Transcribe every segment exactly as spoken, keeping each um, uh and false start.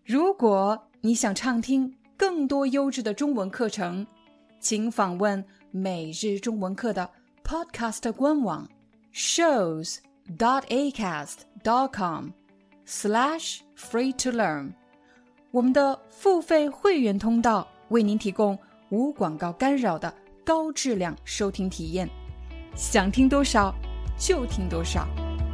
如果你想畅听更多优质的中文课程，请访问每日中文课的 Podcast 官网 shows dot acast dot com slash free to learn。 我们的付费会员通道为您提供无广告干扰的高质量收听体验，想听多少就听多少。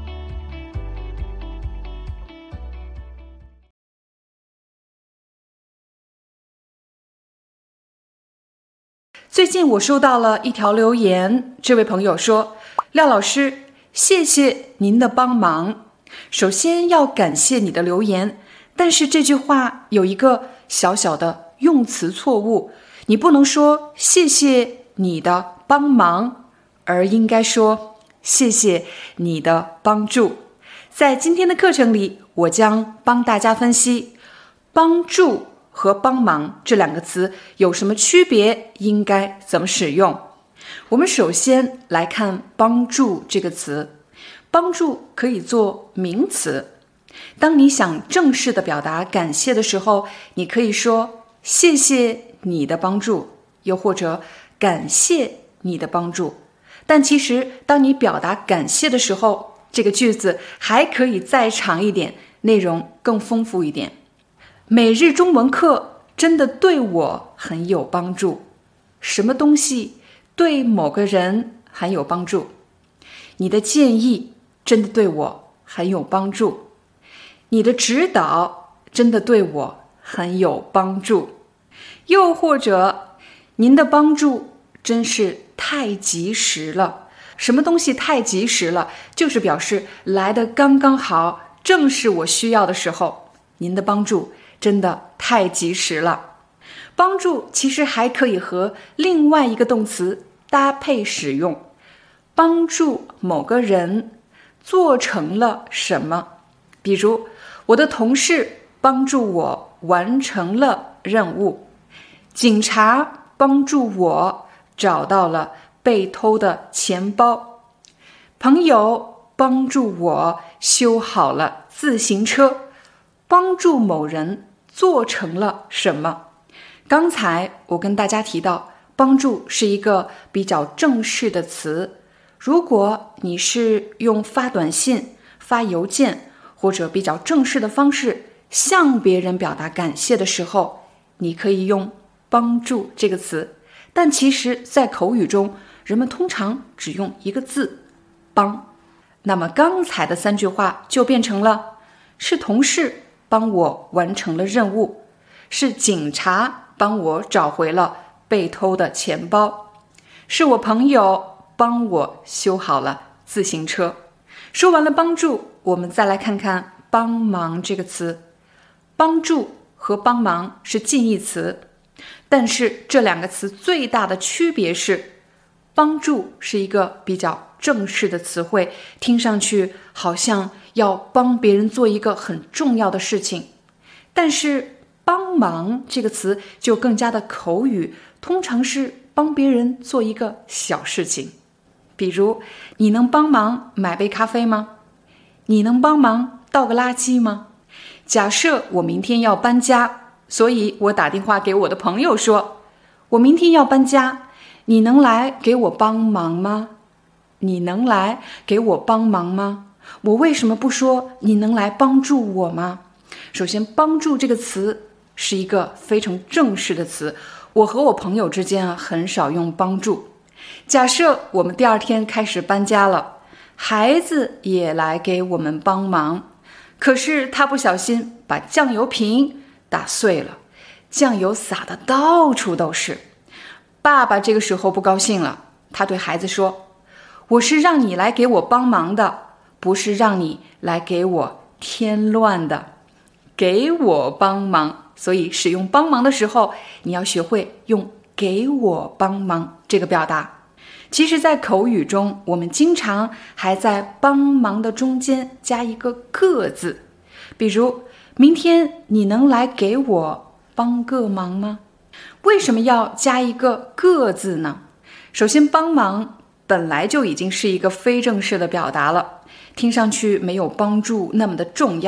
最近我收到了一条留言，这位朋友说，廖老师，谢谢您的帮忙。首先要感谢你的留言，但是这句话有一个小小的用词错误，你不能说谢谢你的帮忙，而应该说谢谢你的帮助。在今天的课程里，我将帮大家分析帮助和帮忙这两个词有什么区别，应该怎么使用。我们首先来看帮助这个词。帮助可以做名词，当你想正式的表达感谢的时候，你可以说谢谢你的帮助，又或者感谢你的帮助。但其实当你表达感谢的时候，这个句子还可以再长一点，内容更丰富一点。每日中文课真的对我很有帮助。什么东西对某个人很有帮助？你的建议真的对我很有帮助。你的指导真的对我很有帮助。又或者，您的帮助真是太及时了。什么东西太及时了？就是表示来得刚刚好，正是我需要的时候。您的帮助真的太及时了。帮助其实还可以和另外一个动词搭配使用，帮助某个人做成了什么。比如，我的同事帮助我完成了任务，警察帮助我找到了被偷的钱包，朋友帮助我修好了自行车。帮助某人做成了什么？刚才我跟大家提到，帮助是一个比较正式的词。如果你是用发短信、发邮件或者比较正式的方式向别人表达感谢的时候，你可以用帮助这个词。但其实在口语中，人们通常只用一个字，帮。那么刚才的三句话就变成了，是同事帮我完成了任务，是警察帮我找回了被偷的钱包，是我朋友帮我修好了自行车。说完了帮助，我们再来看看帮忙这个词。帮助和帮忙是近义词，但是这两个词最大的区别是，帮助是一个比较正式的词汇，听上去好像要帮别人做一个很重要的事情。但是帮忙这个词就更加的口语，通常是帮别人做一个小事情。比如，你能帮忙买杯咖啡吗？你能帮忙倒个垃圾吗？假设我明天要搬家，所以我打电话给我的朋友说，我明天要搬家，你能来给我帮忙吗？你能来给我帮忙吗？我为什么不说你能来帮助我吗？首先，帮助这个词是一个非常正式的词，我和我朋友之间啊很少用帮助。假设我们第二天开始搬家了，孩子也来给我们帮忙，可是他不小心把酱油瓶打碎了，酱油洒得到处都是。爸爸这个时候不高兴了，他对孩子说，我是让你来给我帮忙的，不是让你来给我添乱的。给我帮忙，所以使用帮忙的时候，你要学会用给我帮忙这个表达。其实在口语中，我们经常还在帮忙的中间加一个个字。比如，明天你能来给我帮个忙吗？为什么要加一个个字呢？首先，帮忙本来就已经是一个非正式的表达了，听上去没有帮助那么的重要。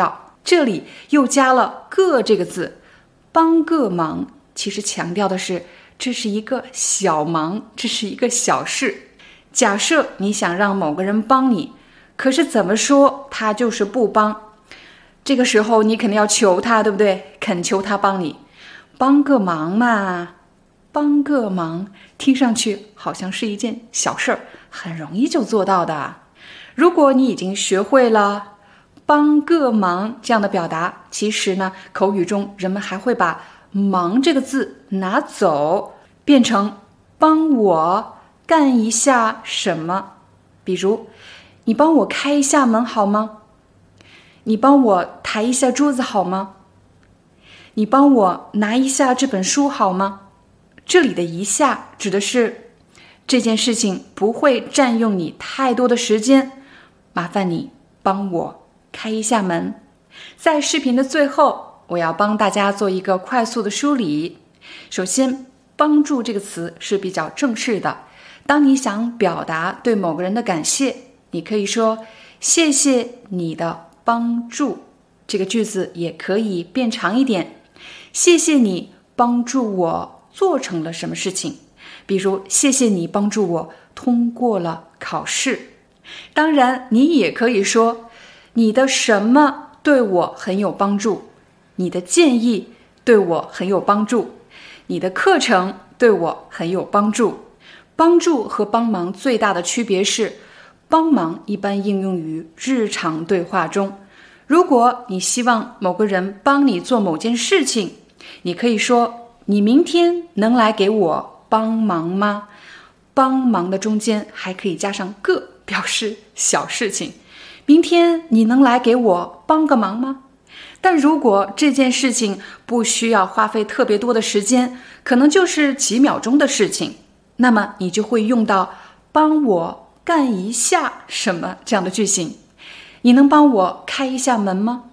这里又加了个这个字，帮个忙，其实强调的是这是一个小忙，这是一个小事。假设你想让某个人帮你，可是怎么说他就是不帮，这个时候你肯定要求他，对不对？恳求他帮你，帮个忙嘛，帮个忙，听上去好像是一件小事儿，很容易就做到的。如果你已经学会了帮个忙这样的表达，其实呢，口语中人们还会把忙这个字拿走，变成帮我干一下什么。比如，你帮我开一下门好吗？你帮我抬一下桌子好吗？你帮我拿一下这本书好吗？这里的一下指的是这件事情不会占用你太多的时间，麻烦你帮我开一下门。在视频的最后，我要帮大家做一个快速的梳理。首先，帮助这个词是比较正式的，当你想表达对某个人的感谢，你可以说谢谢你的帮助，这个句子也可以变长一点，谢谢你帮助我做成了什么事情，比如谢谢你帮助我通过了考试。当然你也可以说你的什么对我很有帮助，你的建议对我很有帮助，你的课程对我很有帮助。帮助和帮忙最大的区别是，帮忙一般应用于日常对话中。如果你希望某个人帮你做某件事情，你可以说你明天能来给我帮忙吗？帮忙的中间还可以加上个，表示小事情。明天你能来给我帮个忙吗？但如果这件事情不需要花费特别多的时间，可能就是几秒钟的事情，那么你就会用到帮我干一下什么这样的句型。你能帮我开一下门吗？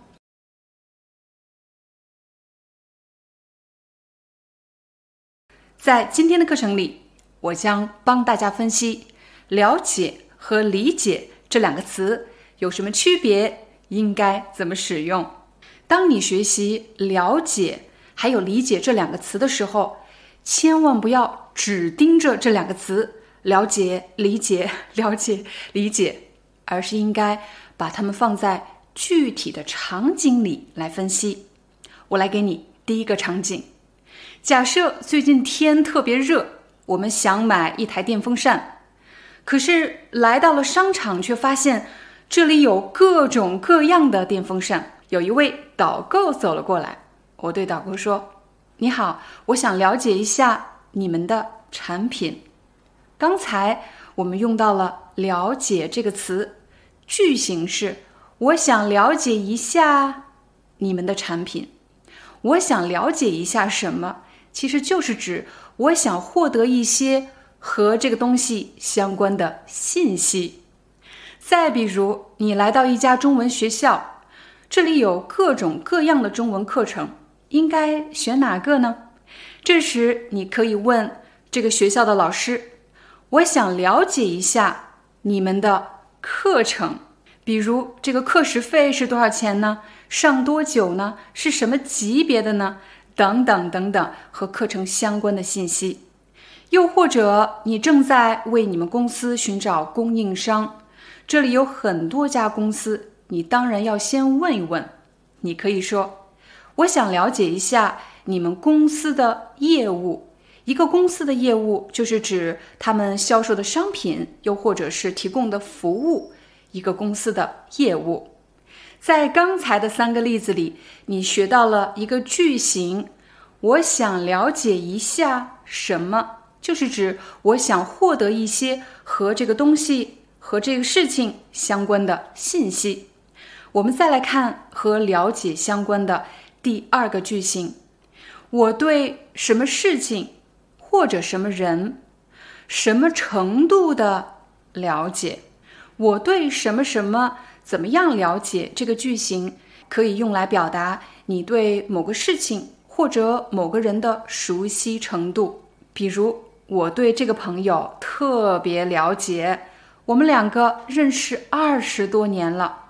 在今天的课程里，我将帮大家分析了解和理解这两个词有什么区别，应该怎么使用。当你学习了解还有理解这两个词的时候，千万不要只盯着这两个词，了解理解了解理解，而是应该把它们放在具体的场景里来分析。我来给你第一个场景，假设最近天特别热，我们想买一台电风扇，可是来到了商场，却发现这里有各种各样的电风扇。有一位导购走了过来，我对导购说，你好，我想了解一下你们的产品。刚才我们用到了了解这个词，句型是我想了解一下你们的产品。我想了解一下什么，其实就是指我想获得一些和这个东西相关的信息。再比如，你来到一家中文学校，这里有各种各样的中文课程，应该选哪个呢？这时你可以问这个学校的老师，我想了解一下你们的课程，比如这个课时费是多少钱呢？上多久呢？是什么级别的呢？等等等等，和课程相关的信息。又或者你正在为你们公司寻找供应商，这里有很多家公司，你当然要先问一问。你可以说，我想了解一下你们公司的业务。一个公司的业务就是指他们销售的商品，又或者是提供的服务，一个公司的业务。在刚才的三个例子里，你学到了一个句型，我想了解一下什么，就是指我想获得一些和这个东西和这个事情相关的信息。我们再来看和了解相关的第二个句型，我对什么事情或者什么人什么程度的了解。我对什么什么怎么样了解，这个句型可以用来表达你对某个事情或者某个人的熟悉程度。比如，我对这个朋友特别了解，我们两个认识二十多年了。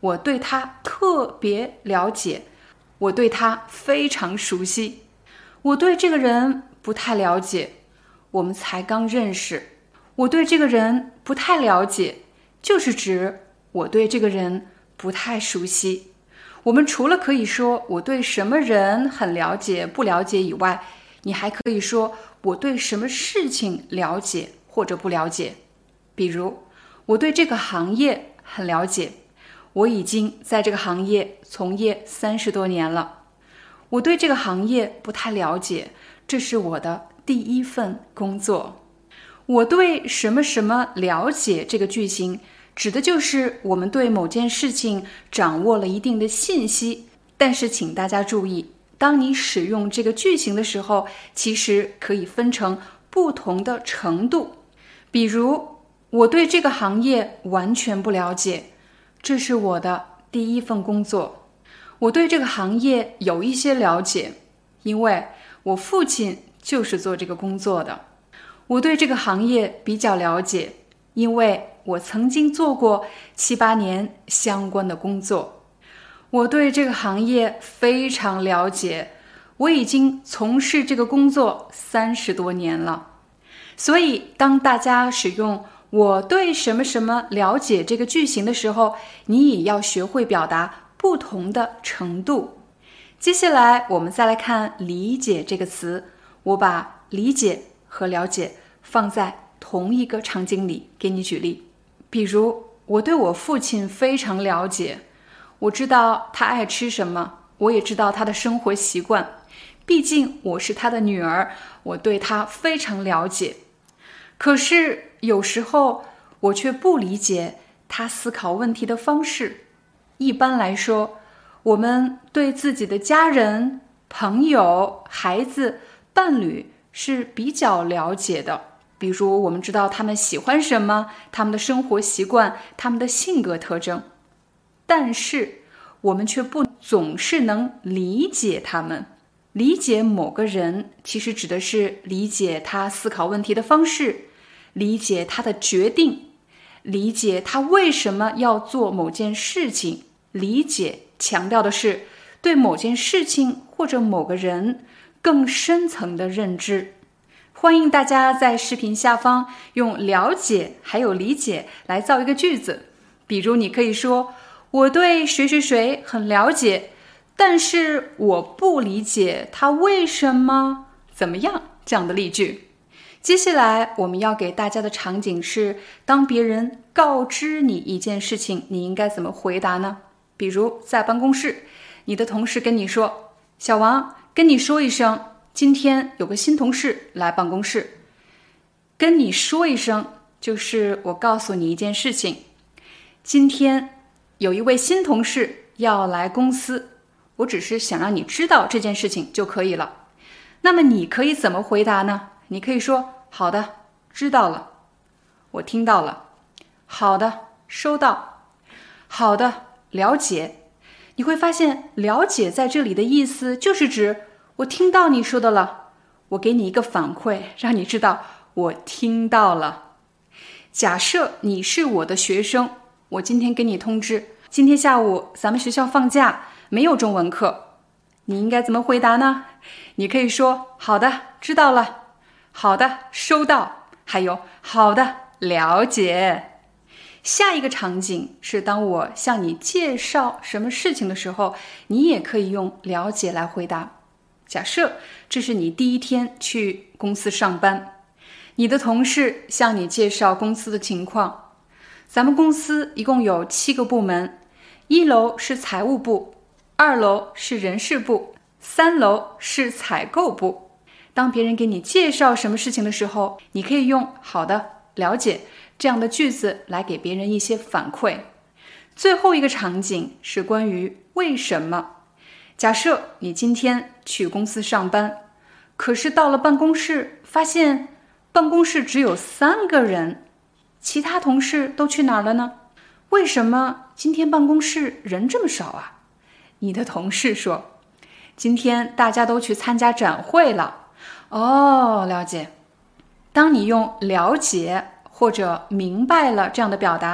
我对他特别了解，我对他非常熟悉。我对这个人不太了解，我们才刚认识。我对这个人不太了解，就是指我对这个人不太熟悉。我们除了可以说我对什么人很了解、不了解以外，你还可以说我对什么事情了解或者不了解。比如，我对这个行业很了解，我已经在这个行业从业三十多年了。我对这个行业不太了解，这是我的第一份工作。我对什么什么了解这个句型，指的就是我们对某件事情掌握了一定的信息。但是请大家注意，当你使用这个句型的时候，其实可以分成不同的程度。比如，我对这个行业完全不了解，这是我的第一份工作。我对这个行业有一些了解，因为我父亲就是做这个工作的。我对这个行业比较了解，因为我曾经做过七八年相关的工作。我对这个行业非常了解，我已经从事这个工作三十多年了。所以，当大家使用我对什么什么了解这个句型的时候，你也要学会表达不同的程度。接下来，我们再来看理解这个词。我把理解和了解放在同一个场景里给你举例。比如，我对我父亲非常了解，我知道他爱吃什么，我也知道他的生活习惯。毕竟我是他的女儿，我对他非常了解。可是有时候我却不理解他思考问题的方式。一般来说，我们对自己的家人、朋友、孩子、伴侣是比较了解的。比如我们知道他们喜欢什么，他们的生活习惯，他们的性格特征。但是我们却不总是能理解他们。理解某个人，其实指的是理解他思考问题的方式，理解他的决定，理解他为什么要做某件事情。理解强调的是对某件事情或者某个人更深层的认知。欢迎大家在视频下方用了解还有理解来造一个句子。比如你可以说，我对谁谁谁很了解，但是我不理解他为什么怎么样，这样的例句。接下来我们要给大家的场景是，当别人告知你一件事情，你应该怎么回答呢？比如在办公室，你的同事跟你说，小王，跟你说一声，今天有个新同事来办公室。跟你说一声，就是我告诉你一件事情，今天有一位新同事要来公司，我只是想让你知道这件事情就可以了。那么你可以怎么回答呢？你可以说，好的，知道了，我听到了，好的，收到，好的，了解。你会发现了解在这里的意思就是指我听到你说的了，我给你一个反馈，让你知道我听到了。假设你是我的学生，我今天跟你通知，今天下午咱们学校放假，没有中文课，你应该怎么回答呢？你可以说，好的，知道了，好的，收到，还有好的，了解。下一个场景是当我向你介绍什么事情的时候，你也可以用了解来回答。假设这是你第一天去公司上班，你的同事向你介绍公司的情况。咱们公司一共有七个部门，一楼是财务部，二楼是人事部，三楼是采购部。当别人给你介绍什么事情的时候，你可以用好的，了解这样的句子来给别人一些反馈。最后一个场景是关于为什么。假设你今天去公司上班，可是到了办公室，发现办公室只有三个人，其他同事都去哪儿了呢？为什么今天办公室人这么少啊？你的同事说，今天大家都去参加展会了。哦，了解。当你用了解或者明白了这样的表达，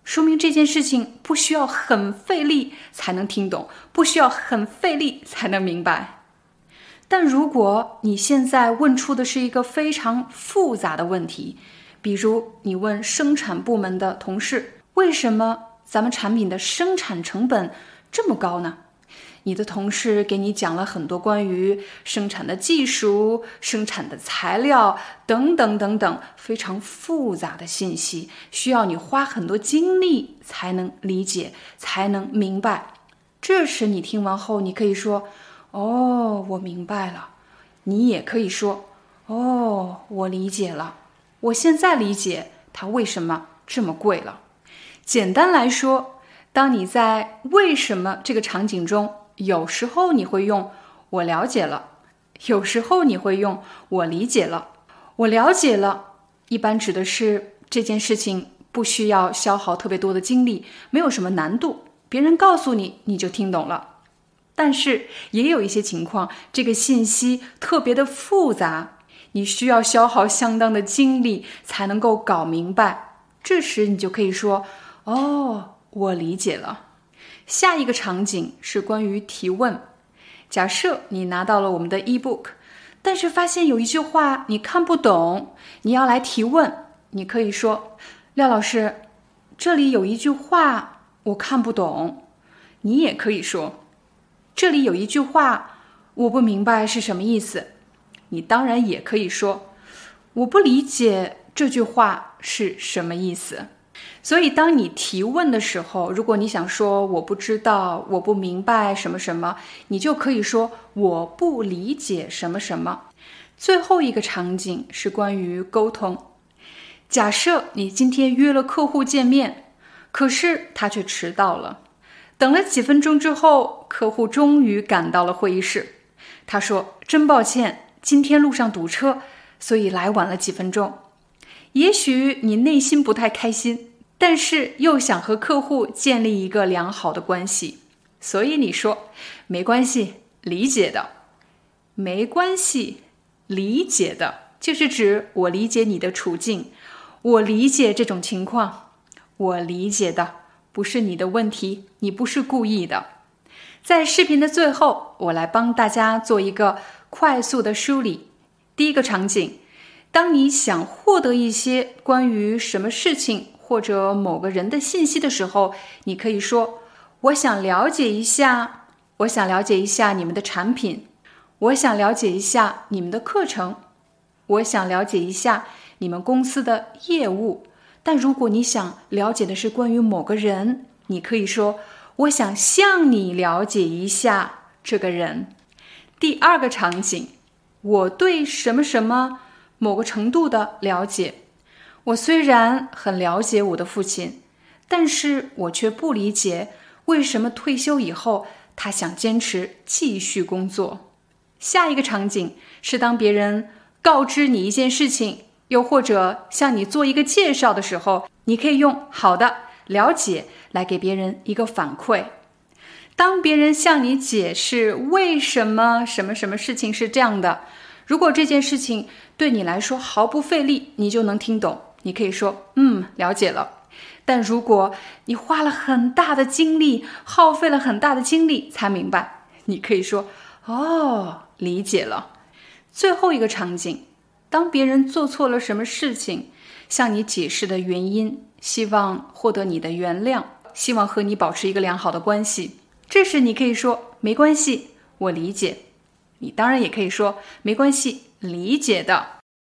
说明这件事情不需要很费力才能听懂，不需要很费力才能明白。但如果你现在问出的是一个非常复杂的问题，比如你问生产部门的同事，为什么咱们产品的生产成本这么高呢？你的同事给你讲了很多关于生产的技术、生产的材料等等等等非常复杂的信息，需要你花很多精力才能理解，才能明白。这时你听完后，你可以说，哦，我明白了。你也可以说，哦，我理解了。我现在理解它为什么这么贵了。简单来说，当你在为什么这个场景中，有时候你会用我了解了，有时候你会用我理解了。我了解了一般指的是这件事情不需要消耗特别多的精力，没有什么难度，别人告诉你你就听懂了。但是也有一些情况，这个信息特别的复杂，你需要消耗相当的精力才能够搞明白。这时你就可以说，哦，我理解了。下一个场景是关于提问。假设你拿到了我们的 ebook， 但是发现有一句话你看不懂，你要来提问，你可以说，廖老师，这里有一句话我看不懂。你也可以说，这里有一句话我不明白是什么意思。你当然也可以说，我不理解这句话是什么意思。所以当你提问的时候，如果你想说我不知道，我不明白什么什么，你就可以说我不理解什么什么。最后一个场景是关于沟通。假设你今天约了客户见面，可是他却迟到了。等了几分钟之后，客户终于赶到了会议室。他说，真抱歉，今天路上堵车，所以来晚了几分钟。也许你内心不太开心，但是又想和客户建立一个良好的关系，所以你说，没关系，理解的。没关系，理解的，就是指我理解你的处境，我理解这种情况，我理解的，不是你的问题，你不是故意的。在视频的最后，我来帮大家做一个快速的梳理。第一个场景，当你想获得一些关于什么事情或者某个人的信息的时候，你可以说，我想了解一下，我想了解一下你们的产品，我想了解一下你们的课程，我想了解一下你们公司的业务。但如果你想了解的是关于某个人，你可以说，我想向你了解一下这个人。第二个场景，我对什么什么某个程度的了解。我虽然很了解我的父亲，但是我却不理解为什么退休以后他想坚持继续工作。下一个场景是当别人告知你一件事情，又或者向你做一个介绍的时候，你可以用好的，了解来给别人一个反馈。当别人向你解释为什么什么什么事情是这样的，如果这件事情对你来说毫不费力，你就能听懂，你可以说，嗯，了解了。但如果你花了很大的精力，耗费了很大的精力才明白，你可以说，哦，理解了。最后一个场景，当别人做错了什么事情，向你解释的原因，希望获得你的原谅，希望和你保持一个良好的关系，这时你可以说，没关系，我理解。你当然也可以说，没关系，理解的。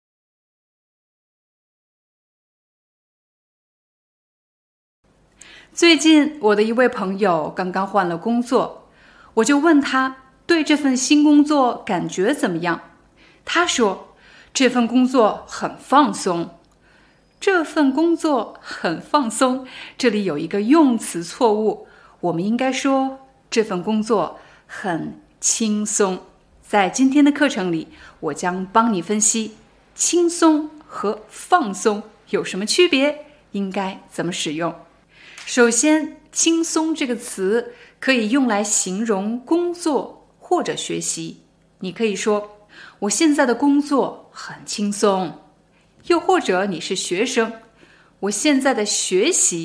最近我的一位朋友刚刚换了工作，我就问他对这份新工作感觉怎么样。他说，这份工作很放松。这份工作很放松，这里有一个用词错误，我们应该说这份工作很轻松。在今天的课程里，我将帮你分析轻松和放松有什么区别，应该怎么使用。首先，轻松这个词可以用来形容工作或者学习。你可以说，我现在的工作很轻松。又或者你是学生，我现在的学习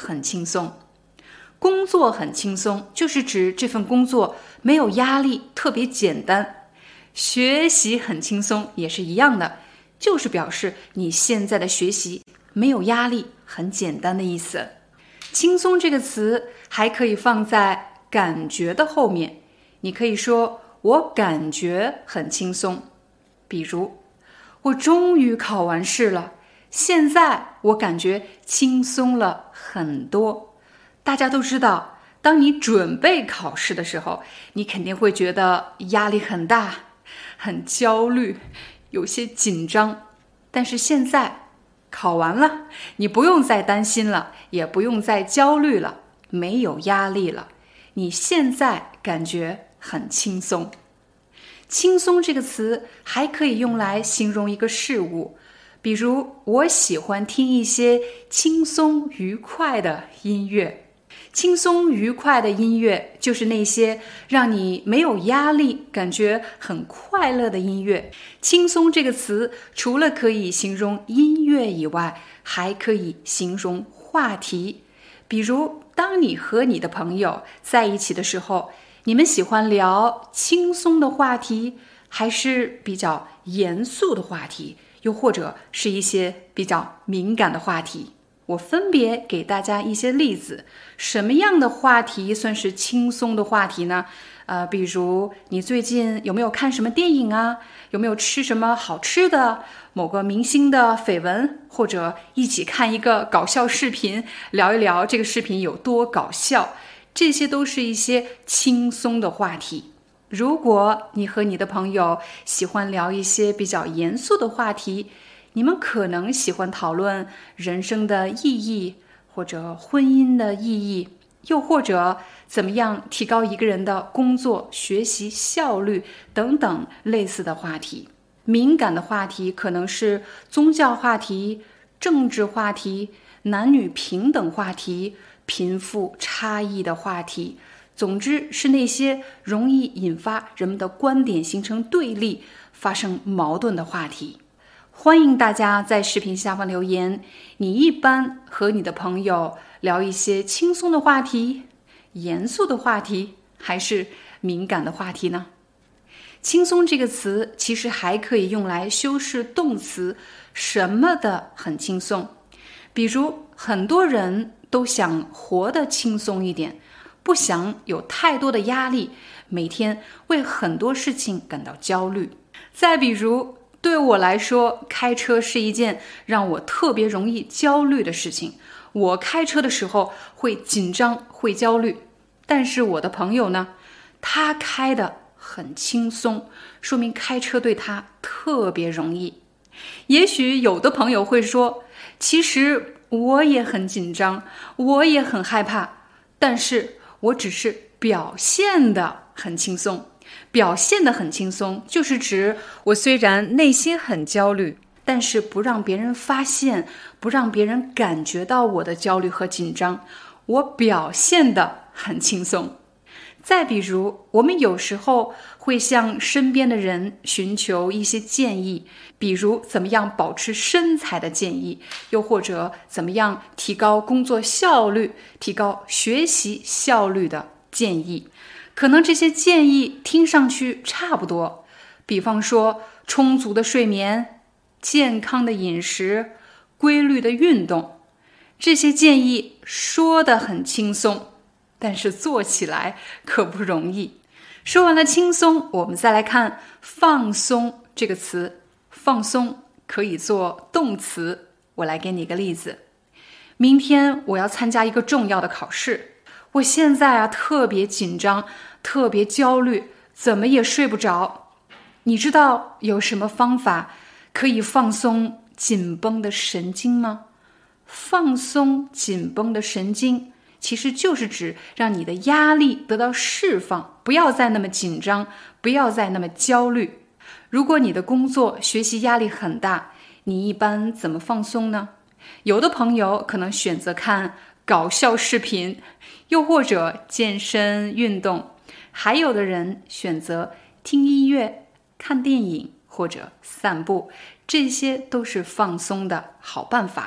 很轻松。工作很轻松，就是指这份工作没有压力，特别简单。学习很轻松也是一样的，就是表示你现在的学习没有压力，很简单的意思。轻松这个词还可以放在感觉的后面，你可以说我感觉很轻松。比如，我终于考完试了，现在我感觉轻松了很多。大家都知道，当你准备考试的时候，你肯定会觉得压力很大，很焦虑，有些紧张。但是现在考完了，你不用再担心了，也不用再焦虑了，没有压力了。你现在感觉很轻松。轻松这个词还可以用来形容一个事物，比如我喜欢听一些轻松愉快的音乐。轻松愉快的音乐就是那些让你没有压力，感觉很快乐的音乐。轻松这个词除了可以形容音乐以外，还可以形容话题。比如当你和你的朋友在一起的时候，你们喜欢聊轻松的话题，还是比较严肃的话题，又或者是一些比较敏感的话题？我分别给大家一些例子，什么样的话题算是轻松的话题呢？呃，比如你最近有没有看什么电影啊？有没有吃什么好吃的？某个明星的绯闻，或者一起看一个搞笑视频，聊一聊这个视频有多搞笑。这些都是一些轻松的话题。如果你和你的朋友喜欢聊一些比较严肃的话题，你们可能喜欢讨论人生的意义，或者婚姻的意义，又或者怎么样提高一个人的工作、学习效率等等类似的话题。敏感的话题可能是宗教话题、政治话题、男女平等话题、贫富差异的话题。总之是那些容易引发人们的观点形成对立、发生矛盾的话题。欢迎大家在视频下方留言，你一般和你的朋友聊一些轻松的话题、严肃的话题，还是敏感的话题呢？轻松这个词其实还可以用来修饰动词什么的很轻松。比如很多人都想活得轻松一点，不想有太多的压力，每天为很多事情感到焦虑。再比如对我来说，开车是一件让我特别容易焦虑的事情。我开车的时候会紧张，会焦虑。但是我的朋友呢，他开得很轻松，说明开车对他特别容易。也许有的朋友会说，其实我也很紧张，我也很害怕，但是我只是表现得很轻松。表现得很轻松，就是指我虽然内心很焦虑，但是不让别人发现，不让别人感觉到我的焦虑和紧张，我表现得很轻松。再比如，我们有时候会向身边的人寻求一些建议，比如怎么样保持身材的建议，又或者怎么样提高工作效率、提高学习效率的建议。可能这些建议听上去差不多，比方说充足的睡眠、健康的饮食、规律的运动，这些建议说得很轻松，但是做起来可不容易。说完了轻松，我们再来看放松这个词。放松可以做动词，我来给你一个例子。明天我要参加一个重要的考试，我现在啊特别紧张，特别焦虑，怎么也睡不着。你知道有什么方法可以放松紧绷的神经吗？放松紧绷的神经，其实就是指让你的压力得到释放，不要再那么紧张，不要再那么焦虑。如果你的工作、学习压力很大，你一般怎么放松呢？有的朋友可能选择看搞笑视频，又或者健身运动，还有的人选择听音乐、看电影或者散步，这些都是放松的好办法。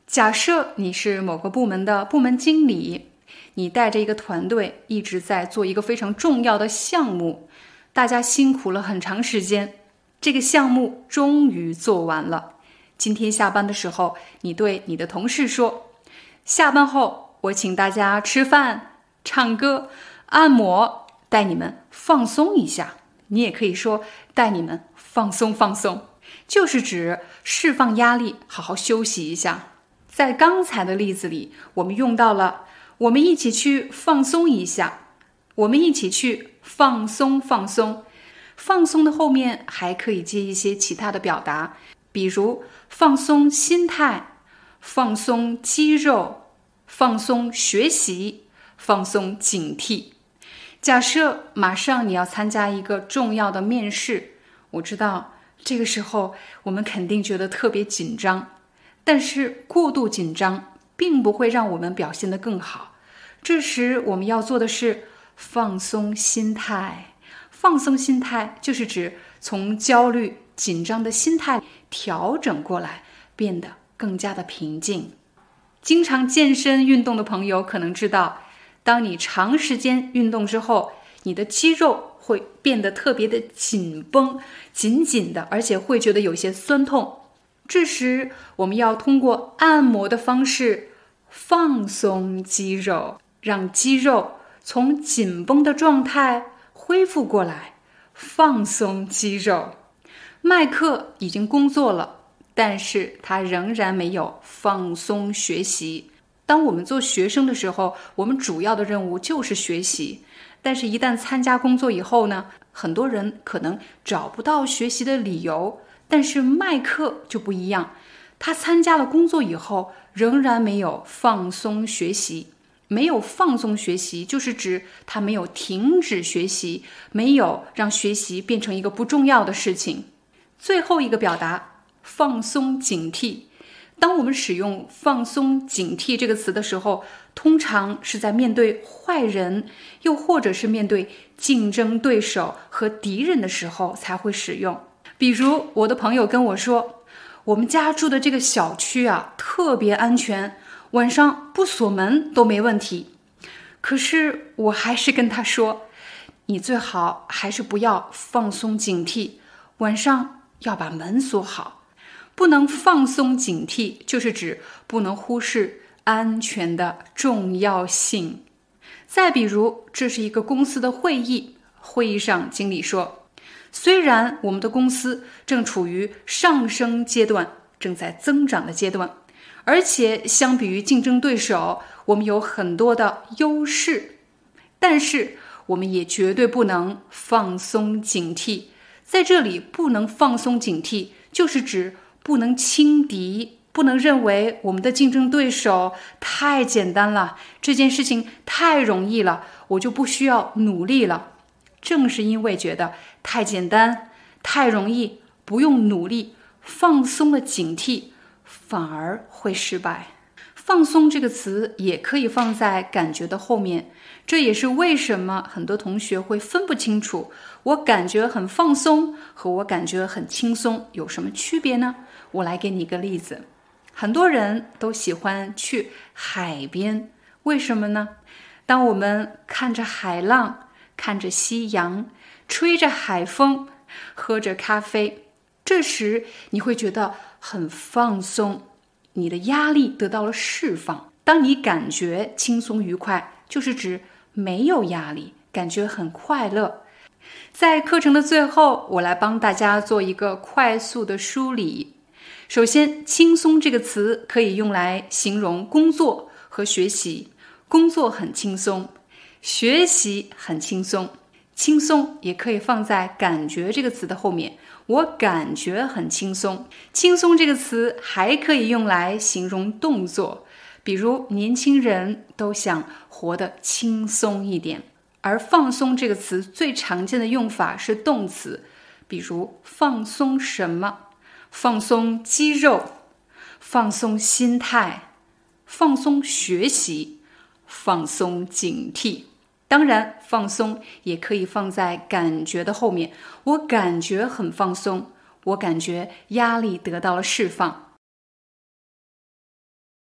假设你是某个部门的部门经理，你带着一个团队一直在做一个非常重要的项目，大家辛苦了很长时间，这个项目终于做完了。今天下班的时候，你对你的同事说，下班后我请大家吃饭、唱歌、按摩，带你们放松一下。你也可以说带你们放松放松，就是指释放压力，好好休息一下。在刚才的例子里，我们用到了我们一起去放松一下，我们一起去放松放松。放松的后面还可以接一些其他的表达，比如放松心态、放松肌肉、放松学习、放松警惕。假设马上你要参加一个重要的面试，我知道这个时候我们肯定觉得特别紧张，但是过度紧张并不会让我们表现得更好。这时我们要做的是放松心态。放松心态就是指从焦虑、紧张的心态调整过来，变得更加的平静。经常健身运动的朋友可能知道，当你长时间运动之后，你的肌肉会变得特别的紧绷，紧紧的，而且会觉得有些酸痛。这时我们要通过按摩的方式放松肌肉，让肌肉从紧绷的状态恢复过来，放松肌肉。麦克已经工作了，但是他仍然没有放松学习。当我们做学生的时候，我们主要的任务就是学习，但是一旦参加工作以后呢，很多人可能找不到学习的理由，但是麦克就不一样，他参加了工作以后，仍然没有放松学习。没有放松学习，就是指他没有停止学习，没有让学习变成一个不重要的事情。最后一个表达，放松警惕。当我们使用放松警惕这个词的时候，通常是在面对坏人，又或者是面对竞争对手和敌人的时候才会使用。比如我的朋友跟我说，我们家住的这个小区啊，特别安全，晚上不锁门都没问题。可是我还是跟他说，你最好还是不要放松警惕，晚上要把门锁好。不能放松警惕，就是指不能忽视安全的重要性。再比如，这是一个公司的会议，会议上经理说，虽然我们的公司正处于上升阶段，正在增长的阶段，而且相比于竞争对手，我们有很多的优势，但是我们也绝对不能放松警惕。在这里，不能放松警惕，就是指不能轻敌，不能认为我们的竞争对手太简单了，这件事情太容易了，我就不需要努力了。正是因为觉得太简单、太容易，不用努力，放松了警惕，反而会失败。放松这个词也可以放在感觉的后面，这也是为什么很多同学会分不清楚我感觉很放松和我感觉很轻松有什么区别呢？我来给你一个例子。很多人都喜欢去海边，为什么呢？当我们看着海浪，看着夕阳，吹着海风，喝着咖啡，这时你会觉得很放松，你的压力得到了释放。当你感觉轻松愉快，就是指没有压力，感觉很快乐。在课程的最后，我来帮大家做一个快速的梳理。首先，轻松这个词可以用来形容工作和学习。工作很轻松，学习很轻松。轻松也可以放在感觉这个词的后面，我感觉很轻松。轻松这个词还可以用来形容动作，比如年轻人都想活得轻松一点。而放松这个词最常见的用法是动词，比如放松什么，放松肌肉，放松心态，放松学习，放松警惕。当然，放松也可以放在感觉的后面，我感觉很放松，我感觉压力得到了释放。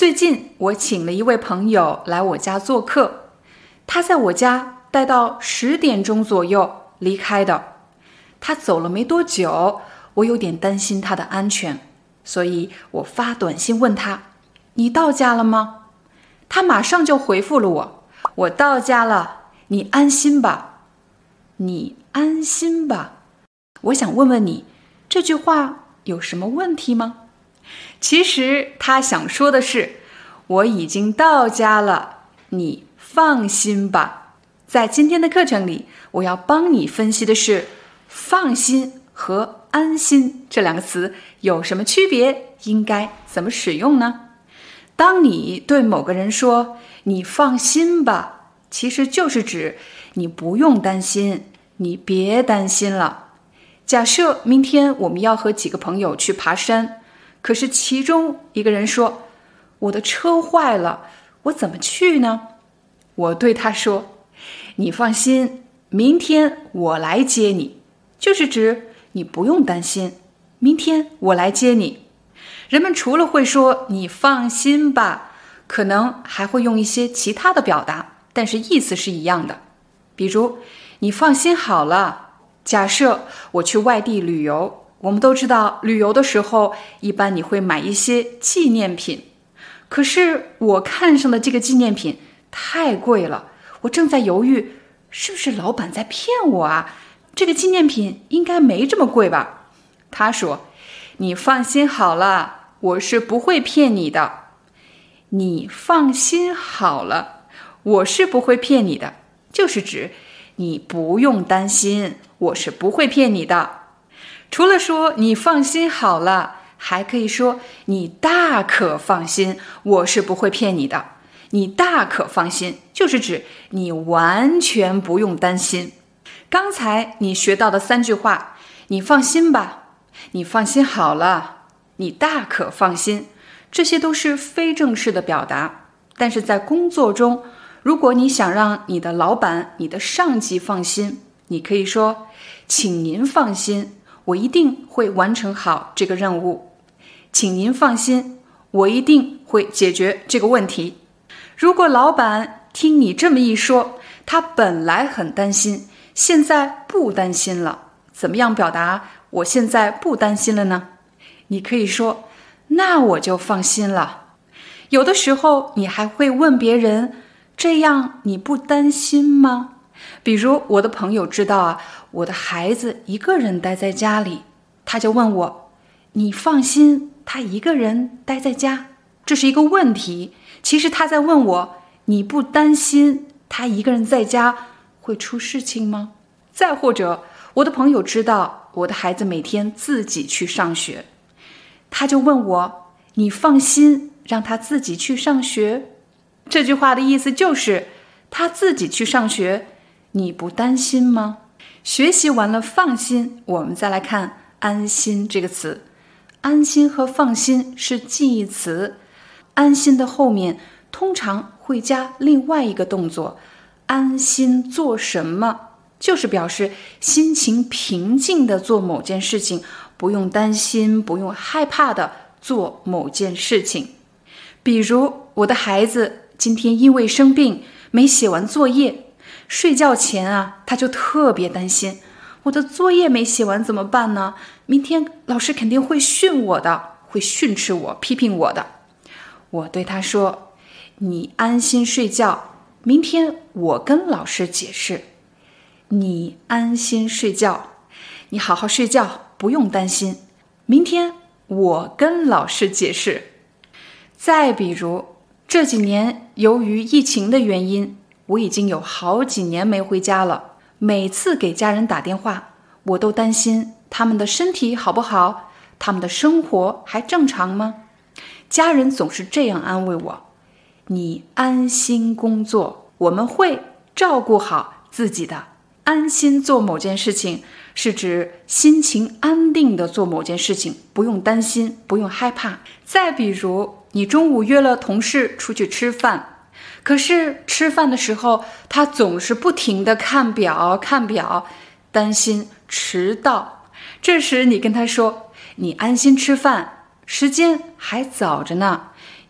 最近我请了一位朋友来我家做客，他在我家待到十点钟左右离开的。他走了没多久，我有点担心他的安全，所以我发短信问他：你到家了吗？他马上就回复了我：我到家了，你安心吧。你安心吧。我想问问你，这句话有什么问题吗？其实他想说的是，我已经到家了，你放心吧。在今天的课程里，我要帮你分析的是，放心和安心这两个词有什么区别，应该怎么使用呢？当你对某个人说你放心吧，其实就是指你不用担心，你别担心了。假设明天我们要和几个朋友去爬山，可是其中一个人说，我的车坏了，我怎么去呢？我对他说，你放心，明天我来接你，就是指你不用担心，明天我来接你。人们除了会说你放心吧，可能还会用一些其他的表达，但是意思是一样的。比如，你放心好了。假设我去外地旅游，我们都知道旅游的时候一般你会买一些纪念品，可是我看上的这个纪念品太贵了，我正在犹豫是不是老板在骗我啊，这个纪念品应该没这么贵吧。他说，你放心好了，我是不会骗你的。你放心好了，我是不会骗你的，就是指你不用担心，我是不会骗你的。除了说你放心好了，还可以说你大可放心，我是不会骗你的。你大可放心，就是指你完全不用担心。刚才你学到的三句话，你放心吧，你放心好了，你大可放心，这些都是非正式的表达。但是在工作中，如果你想让你的老板、你的上级放心，你可以说，请您放心，我一定会完成好这个任务。请您放心，我一定会解决这个问题。如果老板听你这么一说，他本来很担心，现在不担心了，怎么样表达我现在不担心了呢？你可以说，那我就放心了。有的时候你还会问别人，这样你不担心吗？比如我的朋友知道啊，我的孩子一个人待在家里，他就问我，你放心他一个人待在家？这是一个问题，其实他在问我，你不担心他一个人在家会出事情吗？再或者我的朋友知道我的孩子每天自己去上学，他就问我，你放心让他自己去上学？这句话的意思就是他自己去上学，你不担心吗？学习完了放心，我们再来看安心这个词。安心和放心是近义词，安心的后面通常会加另外一个动作，安心做什么，就是表示心情平静地做某件事情，不用担心，不用害怕地做某件事情。比如我的孩子今天因为生病没写完作业，睡觉前啊，他就特别担心，我的作业没写完怎么办呢？明天老师肯定会训我的，会训斥我，批评我的。我对他说，你安心睡觉，明天我跟老师解释。你安心睡觉，你好好睡觉，不用担心，明天我跟老师解释。再比如这几年由于疫情的原因，我已经有好几年没回家了，每次给家人打电话，我都担心他们的身体好不好，他们的生活还正常吗？家人总是这样安慰我，你安心工作，我们会照顾好自己的。安心做某件事情是指心情安定的做某件事情，不用担心，不用害怕。再比如你中午约了同事出去吃饭，可是吃饭的时候他总是不停地看表看表，担心迟到。这时你跟他说，你安心吃饭，时间还早着呢，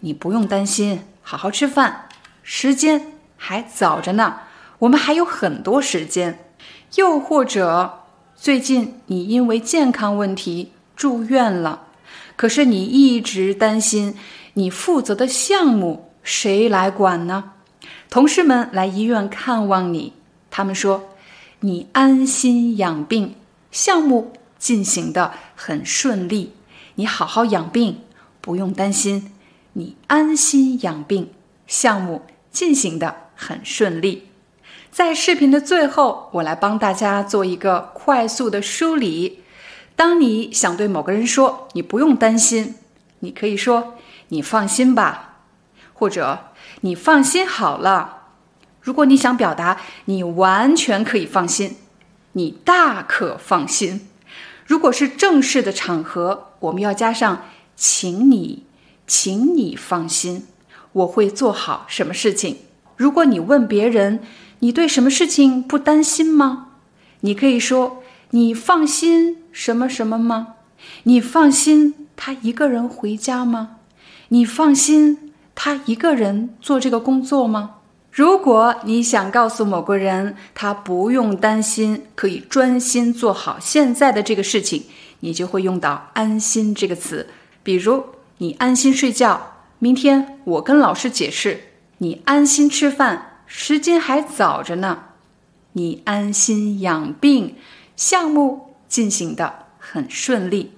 你不用担心，好好吃饭，时间还早着呢，我们还有很多时间。又或者，最近你因为健康问题住院了，可是你一直担心你负责的项目谁来管呢？同事们来医院看望你，他们说你安心养病，项目进行得很顺利，你好好养病，不用担心，你安心养病，项目进行得很顺利。在视频的最后，我来帮大家做一个快速的梳理。当你想对某个人说你不用担心，你可以说你放心吧，或者你放心好了。如果你想表达你完全可以放心，你大可放心。如果是正式的场合，我们要加上请你，请你放心，我会做好什么事情。如果你问别人你对什么事情不担心吗？你可以说你放心什么什么吗？你放心他一个人回家吗？你放心他一个人做这个工作吗？如果你想告诉某个人他不用担心，可以专心做好现在的这个事情，你就会用到安心这个词。比如你安心睡觉，明天我跟老师解释。你安心吃饭，时间还早着呢。你安心养病，项目进行得很顺利。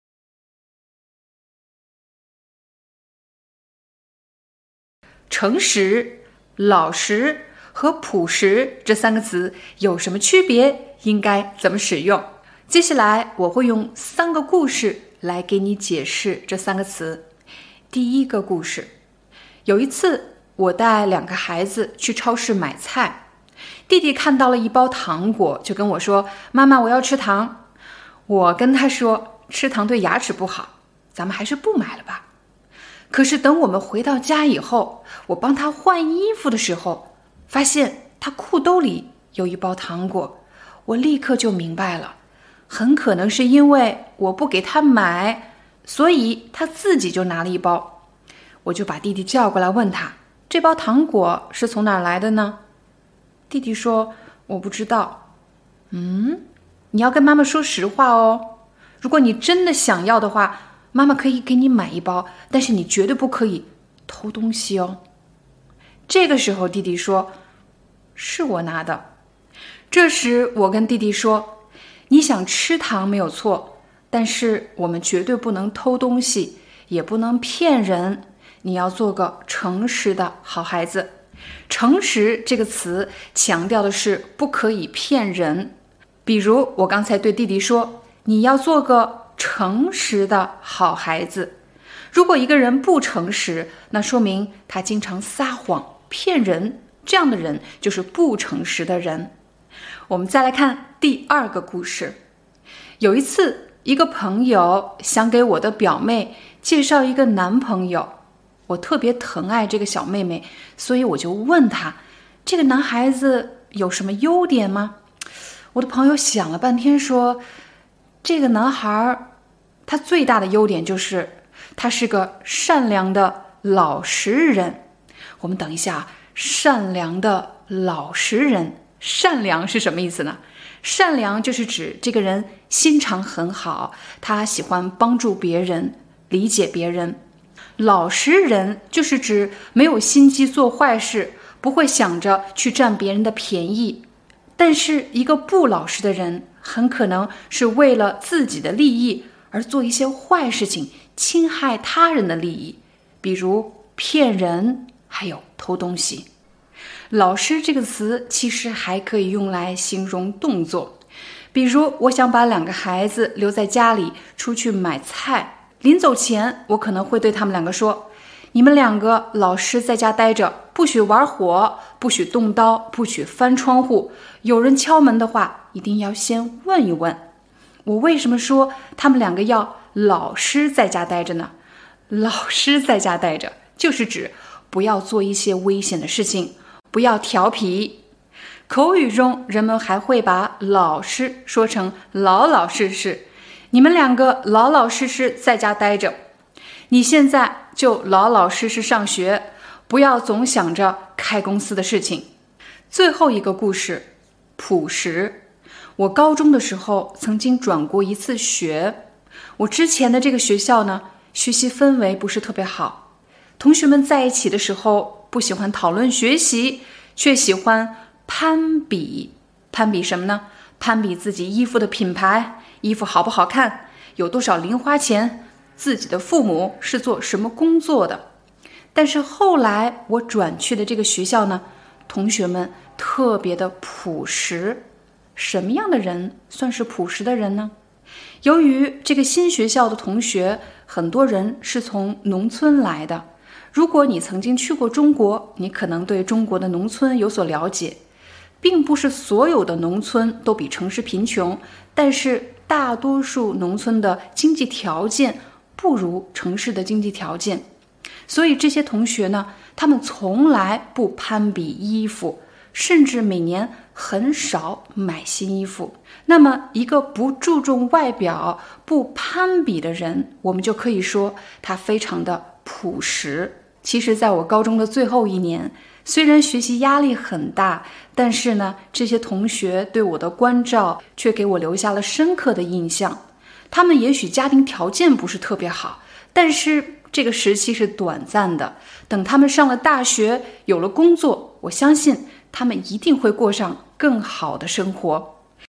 诚实、老实和朴实这三个词有什么区别？应该怎么使用？接下来我会用三个故事来给你解释这三个词。第一个故事，有一次我带两个孩子去超市买菜，弟弟看到了一包糖果，就跟我说：“妈妈，我要吃糖。”我跟他说：“吃糖对牙齿不好，咱们还是不买了吧。”可是等我们回到家以后，我帮他换衣服的时候，发现他裤兜里有一包糖果，我立刻就明白了，很可能是因为我不给他买，所以他自己就拿了一包。我就把弟弟叫过来问他，这包糖果是从哪儿来的呢？弟弟说：“我不知道。”嗯，你要跟妈妈说实话哦。如果你真的想要的话，妈妈可以给你买一包，但是你绝对不可以偷东西哦。这个时候弟弟说：“是我拿的。”这时我跟弟弟说：“你想吃糖没有错，但是我们绝对不能偷东西，也不能骗人。你要做个诚实的好孩子。”诚实这个词强调的是不可以骗人。比如我刚才对弟弟说，你要做个诚实的好孩子。如果一个人不诚实，那说明他经常撒谎骗人，这样的人就是不诚实的人。我们再来看第二个故事。有一次，一个朋友想给我的表妹介绍一个男朋友，我特别疼爱这个小妹妹，所以我就问她，这个男孩子有什么优点吗？我的朋友想了半天说，这个男孩他最大的优点就是他是个善良的老实人。我们等一下，善良的老实人，善良是什么意思呢？善良就是指这个人心肠很好，他喜欢帮助别人，理解别人。老实人就是指没有心机做坏事，不会想着去占别人的便宜。但是一个不老实的人，很可能是为了自己的利益而做一些坏事情，侵害他人的利益，比如骗人，还有偷东西。老实这个词其实还可以用来形容动作，比如我想把两个孩子留在家里出去买菜，临走前我可能会对他们两个说，你们两个老实在家待着，不许玩火，不许动刀，不许翻窗户，有人敲门的话一定要先问一问。我为什么说他们两个要老实在家待着呢？老实在家待着就是指不要做一些危险的事情，不要调皮。口语中人们还会把老实说成老老实实，你们两个老老实实在家待着。 你现在就老老实实上学，不要总想着开公司的事情。最后一个故事，朴实。我高中的时候曾经转过一次学，我之前的这个学校呢，学习氛围不是特别好，同学们在一起的时候不喜欢讨论学习，却喜欢攀比。攀比什么呢？攀比自己衣服的品牌，衣服好不好看，有多少零花钱，自己的父母是做什么工作的。但是后来我转去的这个学校呢，同学们特别的朴实。什么样的人算是朴实的人呢？由于这个新学校的同学很多人是从农村来的，如果你曾经去过中国，你可能对中国的农村有所了解。并不是所有的农村都比城市贫穷，但是大多数农村的经济条件不如城市的经济条件。所以这些同学呢，他们从来不攀比衣服，甚至每年很少买新衣服。那么一个不注重外表、不攀比的人，我们就可以说他非常的朴实。其实在我高中的最后一年，虽然学习压力很大，但是呢，这些同学对我的关照却给我留下了深刻的印象。他们也许家庭条件不是特别好，但是这个时期是短暂的。等他们上了大学，有了工作，我相信他们一定会过上更好的生活。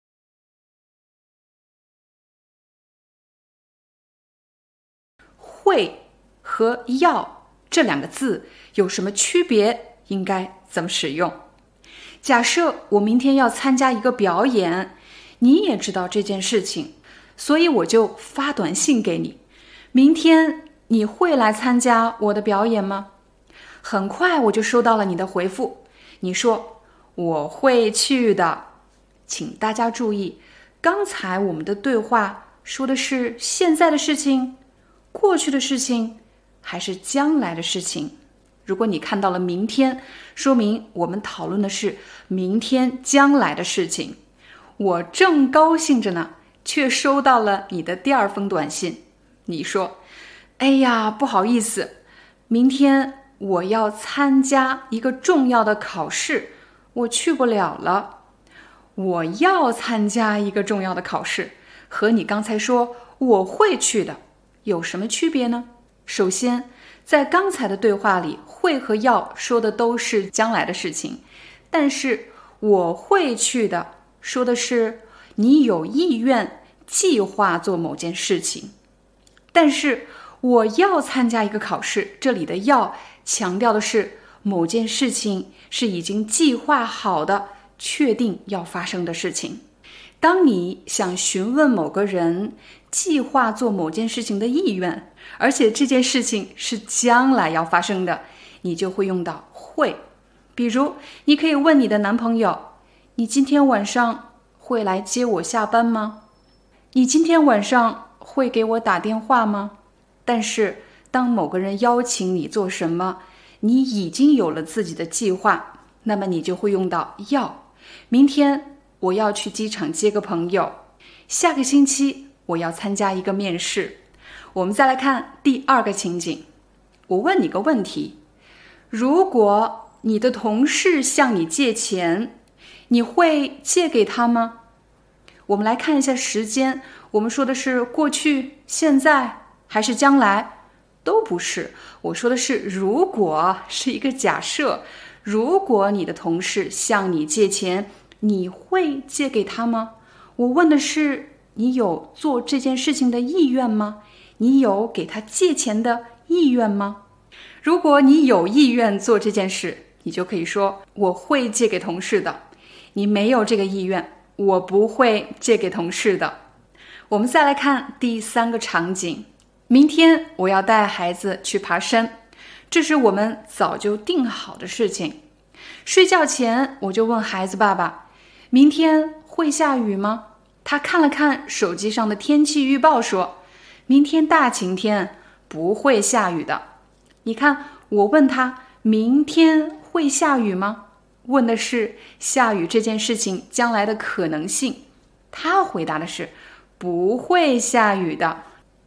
会和要这两个字有什么区别？应该怎么使用？假设我明天要参加一个表演，你也知道这件事情，所以我就发短信给你，明天你会来参加我的表演吗？很快我就收到了你的回复，你说我会去的。请大家注意，刚才我们的对话说的是现在的事情、过去的事情，还是将来的事情？如果你看到了明天，说明我们讨论的是明天将来的事情。我正高兴着呢，却收到了你的第二封短信。你说，哎呀，不好意思，明天我要参加一个重要的考试，我去不了了。我要参加一个重要的考试，和你刚才说我会去的，有什么区别呢？首先，在刚才的对话里，会和要说的都是将来的事情，但是我会去的说的是你有意愿计划做某件事情。但是我要参加一个考试，这里的要强调的是某件事情是已经计划好的，确定要发生的事情。当你想询问某个人计划做某件事情的意愿，而且这件事情是将来要发生的，你就会用到会。比如，你可以问你的男朋友，你今天晚上会来接我下班吗？你今天晚上会给我打电话吗？但是，当某个人邀请你做什么，你已经有了自己的计划，那么你就会用到要。明天我要去机场接个朋友，下个星期我要参加一个面试。我们再来看第二个情景，我问你个问题，如果你的同事向你借钱，你会借给他吗？我们来看一下时间，我们说的是过去、现在还是将来？都不是，我说的是如果，是一个假设。如果你的同事向你借钱，你会借给他吗？我问的是你有做这件事情的意愿吗？你有给他借钱的意愿吗？如果你有意愿做这件事，你就可以说我会借给同事的。你没有这个意愿，我不会借给同事的。我们再来看第三个场景，明天我要带孩子去爬山，这是我们早就定好的事情。睡觉前我就问孩子爸爸，明天会下雨吗？他看了看手机上的天气预报说，明天大晴天，不会下雨的。你看，我问他明天会下雨吗？问的是下雨这件事情将来的可能性。他回答的是不会下雨的。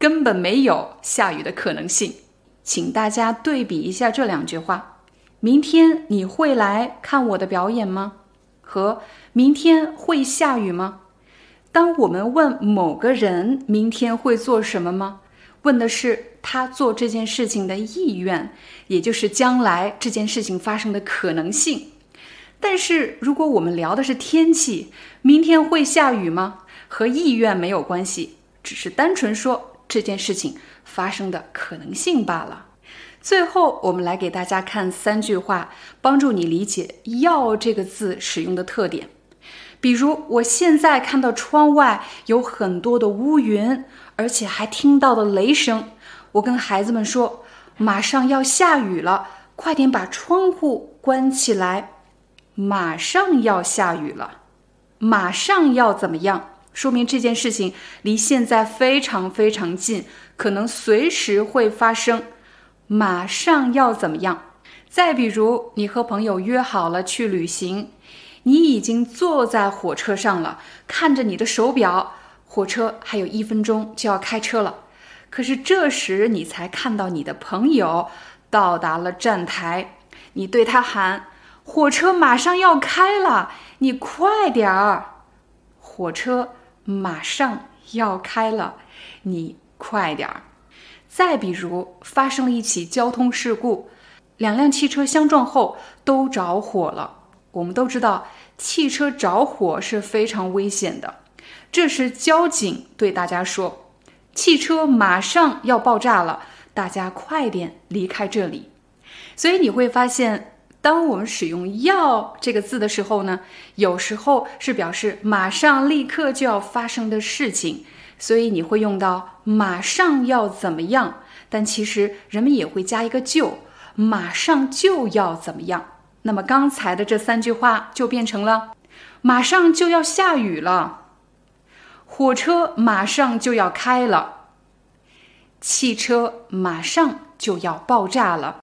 根本没有下雨的可能性。请大家对比一下这两句话：明天你会来看我的表演吗？和明天会下雨吗？当我们问某个人明天会做什么吗？问的是他做这件事情的意愿，也就是将来这件事情发生的可能性。但是如果我们聊的是天气，明天会下雨吗？和意愿没有关系，只是单纯说这件事情发生的可能性罢了。最后我们来给大家看三句话，帮助你理解要这个字使用的特点。比如我现在看到窗外有很多的乌云，而且还听到了雷声，我跟孩子们说马上要下雨了，快点把窗户关起来。马上要下雨了，马上要怎么样？说明这件事情离现在非常非常近，可能随时会发生。马上要怎么样？再比如你和朋友约好了去旅行，你已经坐在火车上了，看着你的手表，火车还有一分钟就要开车了。可是这时你才看到你的朋友到达了站台，你对他喊，火车马上要开了，你快点儿。火车马上要开了，你快点儿。再比如发生了一起交通事故，两辆汽车相撞后都着火了。我们都知道汽车着火是非常危险的，这时交警对大家说，汽车马上要爆炸了，大家快点离开这里。所以你会发现，当我们使用要这个字的时候呢，有时候是表示马上立刻就要发生的事情，所以你会用到马上要怎么样，但其实人们也会加一个就，马上就要怎么样。那么刚才的这三句话就变成了马上就要下雨了，火车马上就要开了，汽车马上就要爆炸了。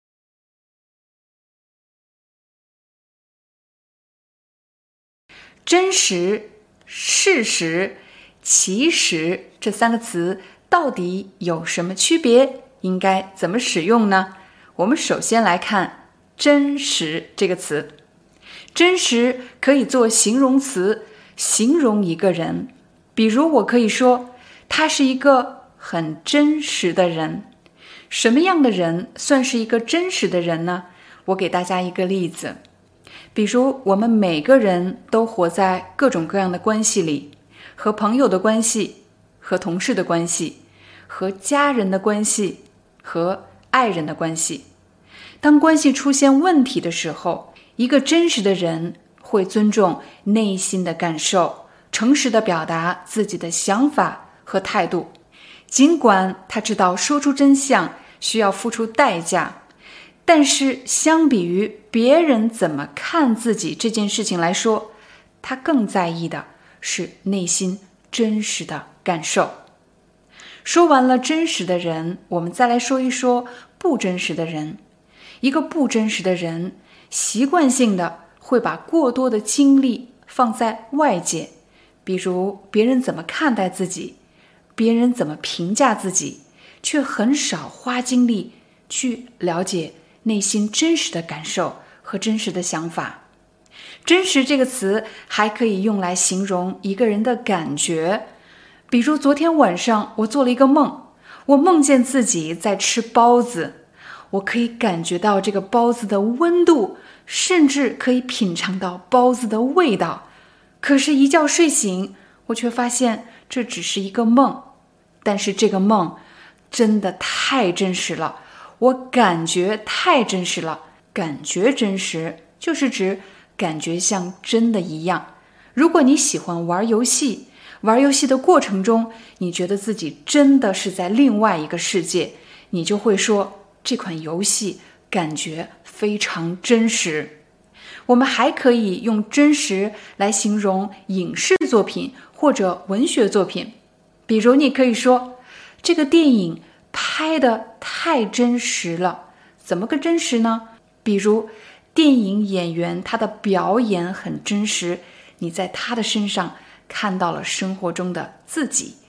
真实、事实、其实这三个词到底有什么区别？应该怎么使用呢？我们首先来看真实这个词。真实可以做形容词，形容一个人。比如我可以说，他是一个很真实的人。什么样的人算是一个真实的人呢？我给大家一个例子。比如我们每个人都活在各种各样的关系里，和朋友的关系，和同事的关系，和家人的关系，和爱人的关系。当关系出现问题的时候，一个真实的人会尊重内心的感受，诚实地表达自己的想法和态度，尽管他知道说出真相需要付出代价，但是相比于别人怎么看自己这件事情来说，他更在意的是内心真实的感受。说完了真实的人，我们再来说一说不真实的人。一个不真实的人，习惯性的会把过多的精力放在外界，比如别人怎么看待自己，别人怎么评价自己，却很少花精力去了解内心真实的感受和真实的想法。真实这个词还可以用来形容一个人的感觉。比如昨天晚上我做了一个梦，我梦见自己在吃包子，我可以感觉到这个包子的温度，甚至可以品尝到包子的味道。可是一觉睡醒，我却发现这只是一个梦，但是这个梦真的太真实了，我感觉太真实了。感觉真实就是指感觉像真的一样。如果你喜欢玩游戏，玩游戏的过程中，你觉得自己真的是在另外一个世界，你就会说这款游戏感觉非常真实。我们还可以用真实来形容影视作品或者文学作品。比如你可以说，这个电影拍得太真实了。怎么个真实呢？比如电影演员他的表演很真实，你在他的身上看到了生活中的自己，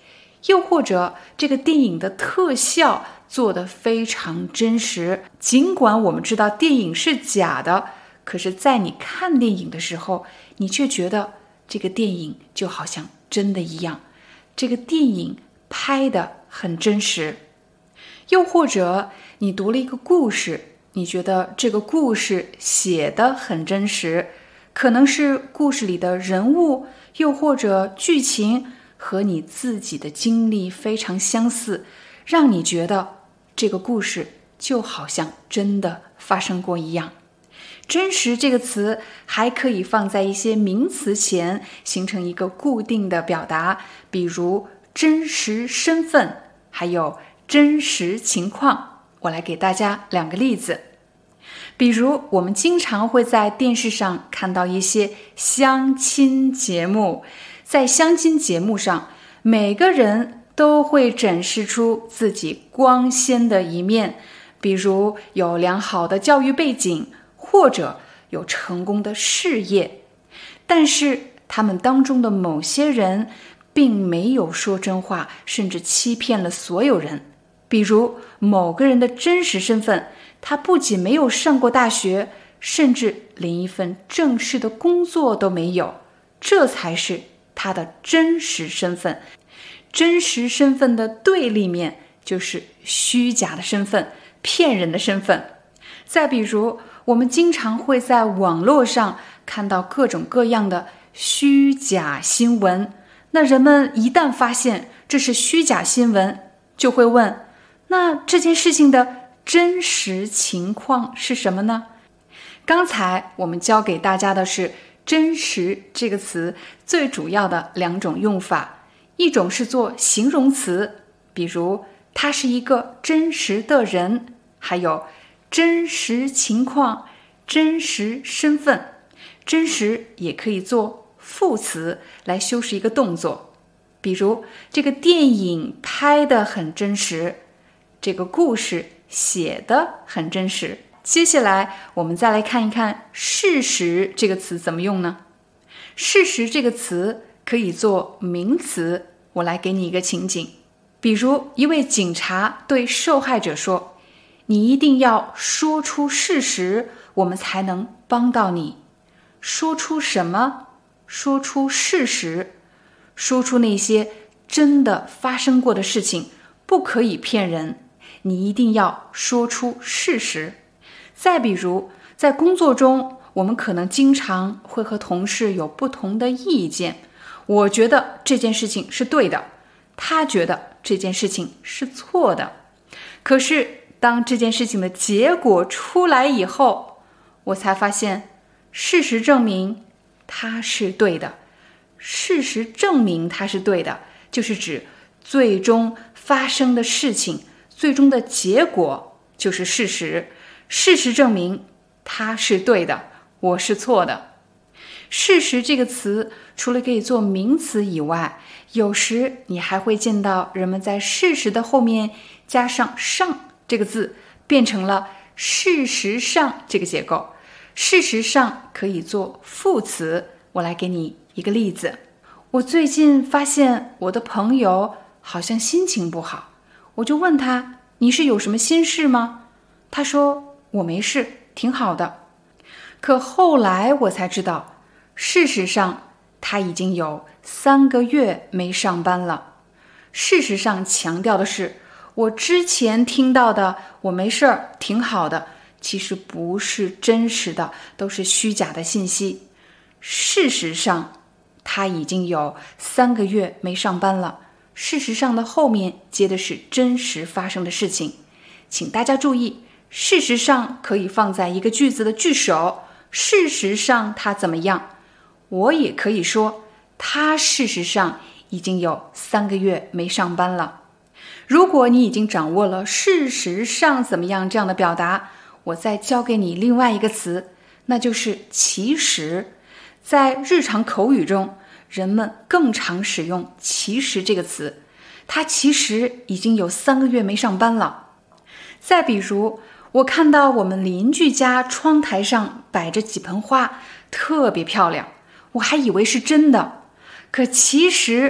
又或者这个电影的特效做得非常真实，尽管我们知道电影是假的，可是在你看电影的时候，你却觉得这个电影就好像真的一样，这个电影拍得很真实。又或者你读了一个故事，你觉得这个故事写得很真实，可能是故事里的人物，又或者剧情和你自己的经历非常相似，让你觉得这个故事就好像真的发生过一样。真实这个词还可以放在一些名词前，形成一个固定的表达，比如真实身份，还有真实情况。我来给大家两个例子。比如我们经常会在电视上看到一些相亲节目，在相亲节目上，每个人都会展示出自己光鲜的一面，比如有良好的教育背景，或者有成功的事业。但是他们当中的某些人并没有说真话，甚至欺骗了所有人。比如某个人的真实身份，他不仅没有上过大学，甚至连一份正式的工作都没有，这才是他的真实身份。真实身份的对立面就是虚假的身份，骗人的身份。再比如，我们经常会在网络上看到各种各样的虚假新闻，那人们一旦发现这是虚假新闻，就会问，那这件事情的真实情况是什么呢？刚才我们教给大家的是真实这个词最主要的两种用法，一种是做形容词，比如他是一个真实的人，还有真实情况、真实身份。真实也可以做副词来修饰一个动作，比如这个电影拍得很真实，这个故事写得很真实。接下来我们再来看一看事实这个词怎么用呢？事实这个词可以做名词，我来给你一个情景，比如一位警察对受害者说，你一定要说出事实，我们才能帮到你。说出什么？说出事实，说出那些真的发生过的事情，不可以骗人，你一定要说出事实。再比如，在工作中，我们可能经常会和同事有不同的意见，我觉得这件事情是对的，他觉得这件事情是错的。可是当这件事情的结果出来以后，我才发现事实证明它是对的。事实证明它是对的，就是指最终发生的事情，最终的结果就是事实。事实证明它是对的，我是错的。事实这个词除了可以做名词以外，有时你还会见到人们在事实的后面加上上这个字，变成了事实上这个结构。事实上可以做副词，我来给你一个例子。我最近发现我的朋友好像心情不好，我就问他，你是有什么心事吗？他说，我没事，挺好的。可后来我才知道，事实上他已经有三个月没上班了。事实上强调的是，我之前听到的我没事儿，挺好的，其实不是真实的，都是虚假的信息。事实上他已经有三个月没上班了，事实上的后面接的是真实发生的事情。请大家注意，事实上可以放在一个句子的句首，事实上他怎么样，我也可以说他事实上已经有三个月没上班了。如果你已经掌握了事实上怎么样这样的表达，我再教给你另外一个词，那就是其实。在日常口语中，人们更常使用其实这个词，他其实已经有三个月没上班了。再比如，我看到我们邻居家窗台上摆着几盆花，特别漂亮，我还以为是真的，可其实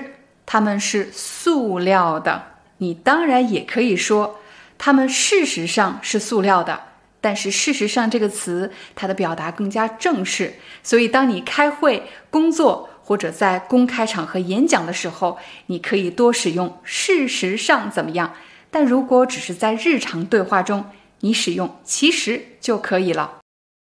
它们是塑料的。你当然也可以说它们事实上是塑料的，但是事实上这个词它的表达更加正式，所以当你开会、工作或者在公开场合演讲的时候，你可以多使用事实上怎么样，但如果只是在日常对话中，你使用其实就可以了。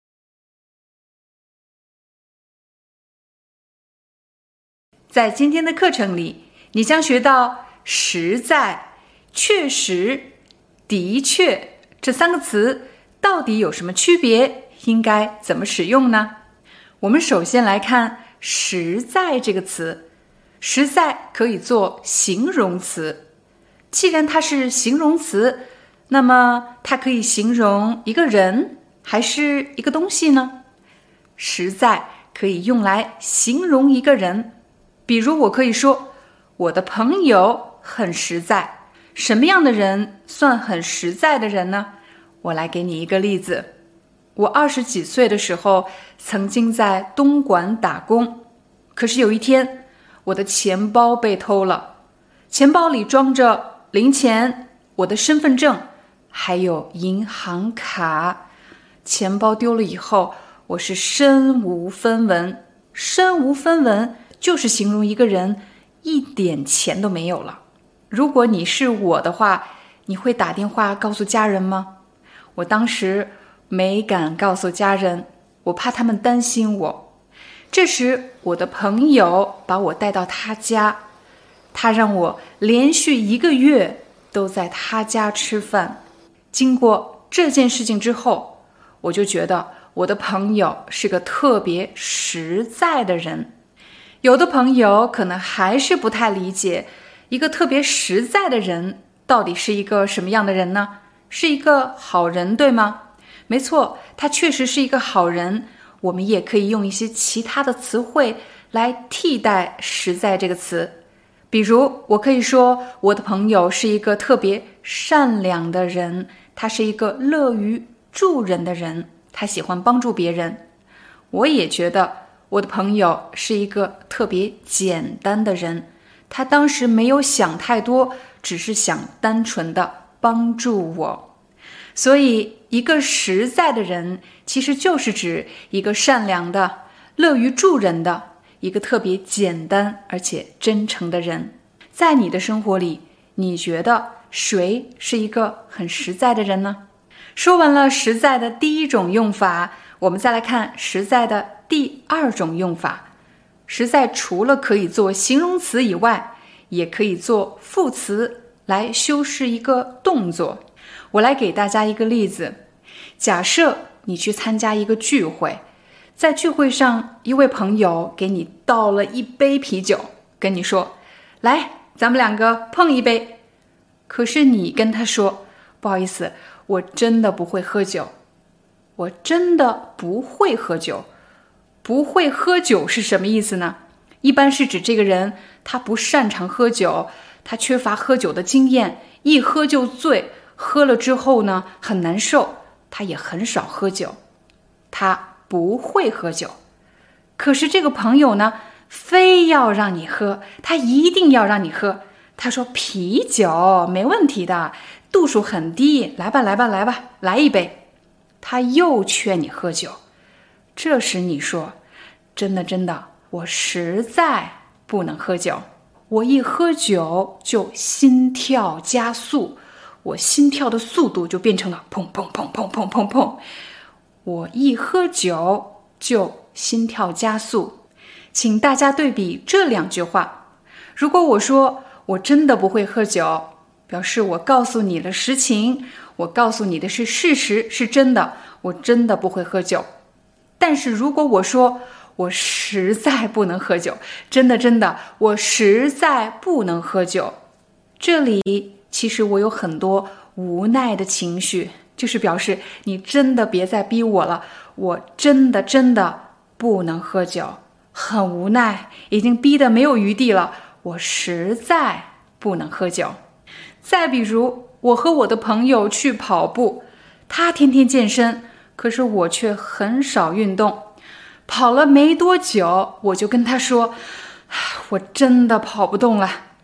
在今天的课程里，你将学到实在、确实、的确这三个词到底有什么区别，应该怎么使用呢？我们首先来看实在这个词。实在可以做形容词，既然它是形容词，那么它可以形容一个人还是一个东西呢？实在可以用来形容一个人，比如我可以说我的朋友很实在。什么样的人算很实在的人呢？我来给你一个例子。我二十几岁的时候曾经在东莞打工，可是有一天我的钱包被偷了，钱包里装着零钱、我的身份证还有银行卡。钱包丢了以后，我是身无分文。身无分文就是形容一个人一点钱都没有了。如果你是我的话，你会打电话告诉家人吗？我当时没敢告诉家人，我怕他们担心我。这时我的朋友把我带到他家，他让我连续一个月都在他家吃饭。经过这件事情之后，我就觉得我的朋友是个特别实在的人。有的朋友可能还是不太理解，一个特别实在的人到底是一个什么样的人呢？是一个好人，对吗？没错，他确实是一个好人。我们也可以用一些其他的词汇来替代实在这个词。比如我可以说我的朋友是一个特别善良的人，他是一个乐于助人的人，他喜欢帮助别人。我也觉得我的朋友是一个特别简单的人，他当时没有想太多，只是想单纯的帮助我。所以一个实在的人其实就是指一个善良的、乐于助人的、一个特别简单而且真诚的人。在你的生活里，你觉得谁是一个很实在的人呢？说完了实在的第一种用法，我们再来看实在的第二种用法。实在除了可以做形容词以外，也可以做副词来修饰一个动作。我来给大家一个例子。假设你去参加一个聚会，在聚会上一位朋友给你倒了一杯啤酒，跟你说，来，咱们两个碰一杯。可是你跟他说，不好意思，我真的不会喝酒。我真的不会喝酒。不会喝酒是什么意思呢？一般是指这个人他不擅长喝酒，他缺乏喝酒的经验，一喝就醉，喝了之后呢很难受，他也很少喝酒，他不会喝酒。可是这个朋友呢非要让你喝，他一定要让你喝。他说啤酒没问题的，度数很低，来吧来吧来吧，来一杯。他又劝你喝酒。这时你说，真的真的，我实在不能喝酒，我一喝酒就心跳加速，我心跳的速度就变成了砰砰砰砰砰砰砰，我一喝酒就心跳加速。请大家对比这两句话。如果我说我真的不会喝酒，表示我告诉你了实情，我告诉你的是事实，是真的，我真的不会喝酒。但是如果我说我实在不能喝酒，真的真的，我实在不能喝酒，这里其实我有很多无奈的情绪，就是表示你真的别再逼我了，我真的真的不能喝酒，很无奈，已经逼得没有余地了，我实在不能喝酒。再比如，我和我的朋友去跑步，他天天健身，可是我却很少运动。跑了没多久，我就跟他说，我真的跑不动了。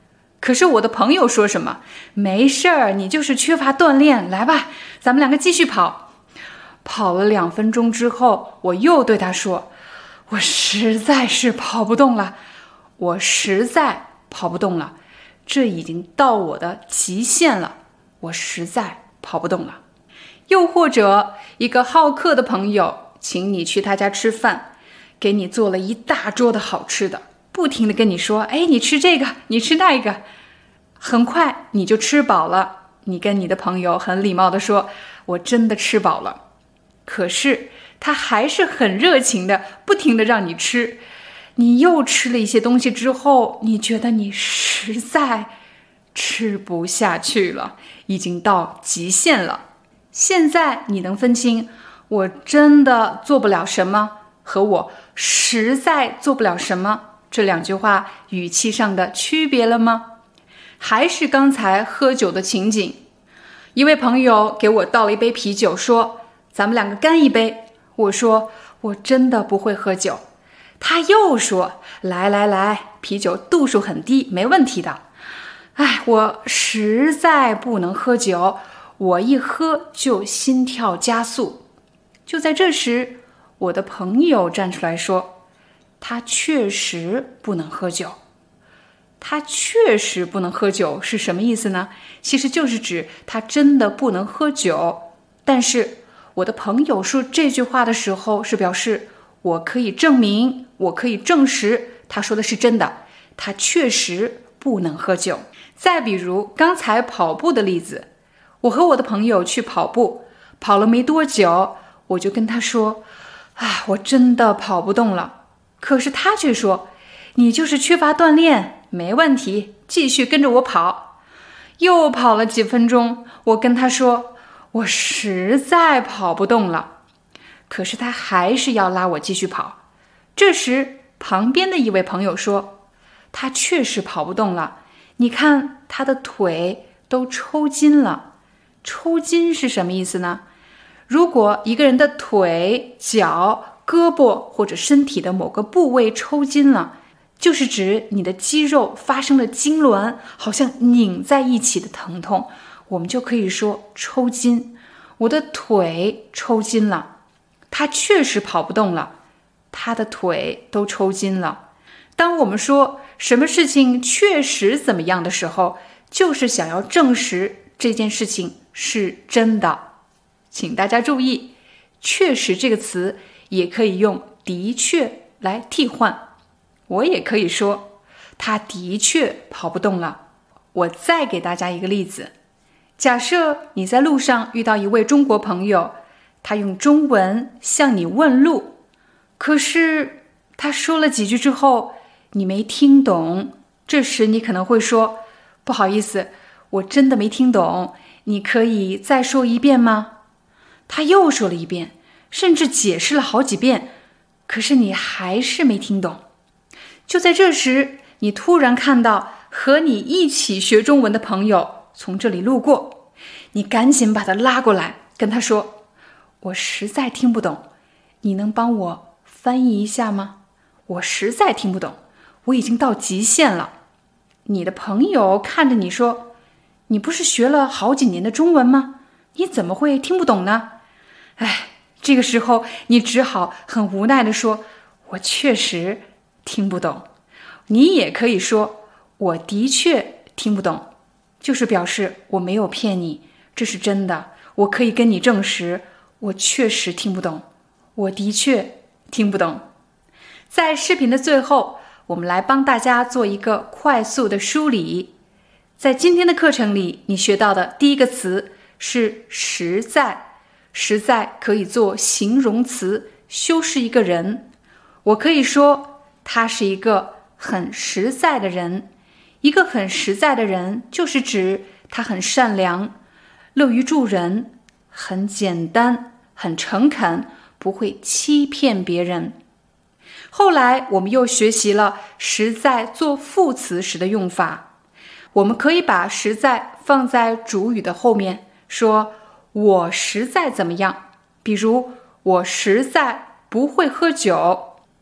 可是我的朋友说什么？没事儿，你就是缺乏锻炼，来吧，咱们两个继续跑。跑了两分钟之后，我又对他说，我实在是跑不动了，我实在跑不动了，这已经到我的极限了，我实在跑不动了。又或者一个好客的朋友请你去他家吃饭，给你做了一大桌的好吃的，不停地跟你说，哎，你吃这个，你吃那个，很快你就吃饱了。你跟你的朋友很礼貌地说，我真的吃饱了。可是他还是很热情的，不停地让你吃。你又吃了一些东西之后，你觉得你实在吃不下去了，已经到极限了。现在你能分清我真的做不了什么和我实在做不了什么这两句话语气上的区别了吗？还是刚才喝酒的情景，一位朋友给我倒了一杯啤酒，说咱们两个干一杯。我说我真的不会喝酒。他又说来来来，啤酒度数很低，没问题的。哎，我实在不能喝酒，我一喝就心跳加速。就在这时，我的朋友站出来说，他确实不能喝酒。他确实不能喝酒是什么意思呢？其实就是指他真的不能喝酒。但是我的朋友说这句话的时候，是表示我可以证明，我可以证实他说的是真的，他确实不能喝酒。再比如刚才跑步的例子，我和我的朋友去跑步，跑了没多久，我就跟他说，啊，我真的跑不动了。可是他却说，你就是缺乏锻炼，没问题，继续跟着我跑。又跑了几分钟，我跟他说，我实在跑不动了。可是他还是要拉我继续跑。这时旁边的一位朋友说，他确实跑不动了，你看他的腿都抽筋了。抽筋是什么意思呢？如果一个人的腿、脚、胳膊或者身体的某个部位抽筋了，就是指你的肌肉发生了痉挛，好像拧在一起的疼痛，我们就可以说抽筋。我的腿抽筋了，他确实跑不动了，他的腿都抽筋了。当我们说什么事情确实怎么样的时候，就是想要证实这件事情是真的。请大家注意，确实这个词也可以用的确来替换。我也可以说他的确跑不动了。我再给大家一个例子，假设你在路上遇到一位中国朋友，他用中文向你问路，可是他说了几句之后你没听懂，这时你可能会说，不好意思，我真的没听懂，你可以再说一遍吗？他又说了一遍，甚至解释了好几遍，可是你还是没听懂。就在这时，你突然看到和你一起学中文的朋友从这里路过，你赶紧把他拉过来，跟他说，我实在听不懂，你能帮我翻译一下吗？我实在听不懂，我已经到极限了。你的朋友看着你说，你不是学了好几年的中文吗？你怎么会听不懂呢？哎，这个时候你只好很无奈地说，我确实听不懂。你也可以说，我的确听不懂，就是表示我没有骗你，这是真的，我可以跟你证实，我确实听不懂，我的确听不懂。在视频的最后，我们来帮大家做一个快速的梳理。在今天的课程里，你学到的第一个词是实在。实在可以做形容词，修饰一个人。我可以说他是一个很实在的人。一个很实在的人就是指他很善良，乐于助人，很简单，很诚恳，不会欺骗别人。后来我们又学习了实在做副词时的用法。我们可以把实在放在主语的后面，说我实在怎么样，比如我实在不会喝酒。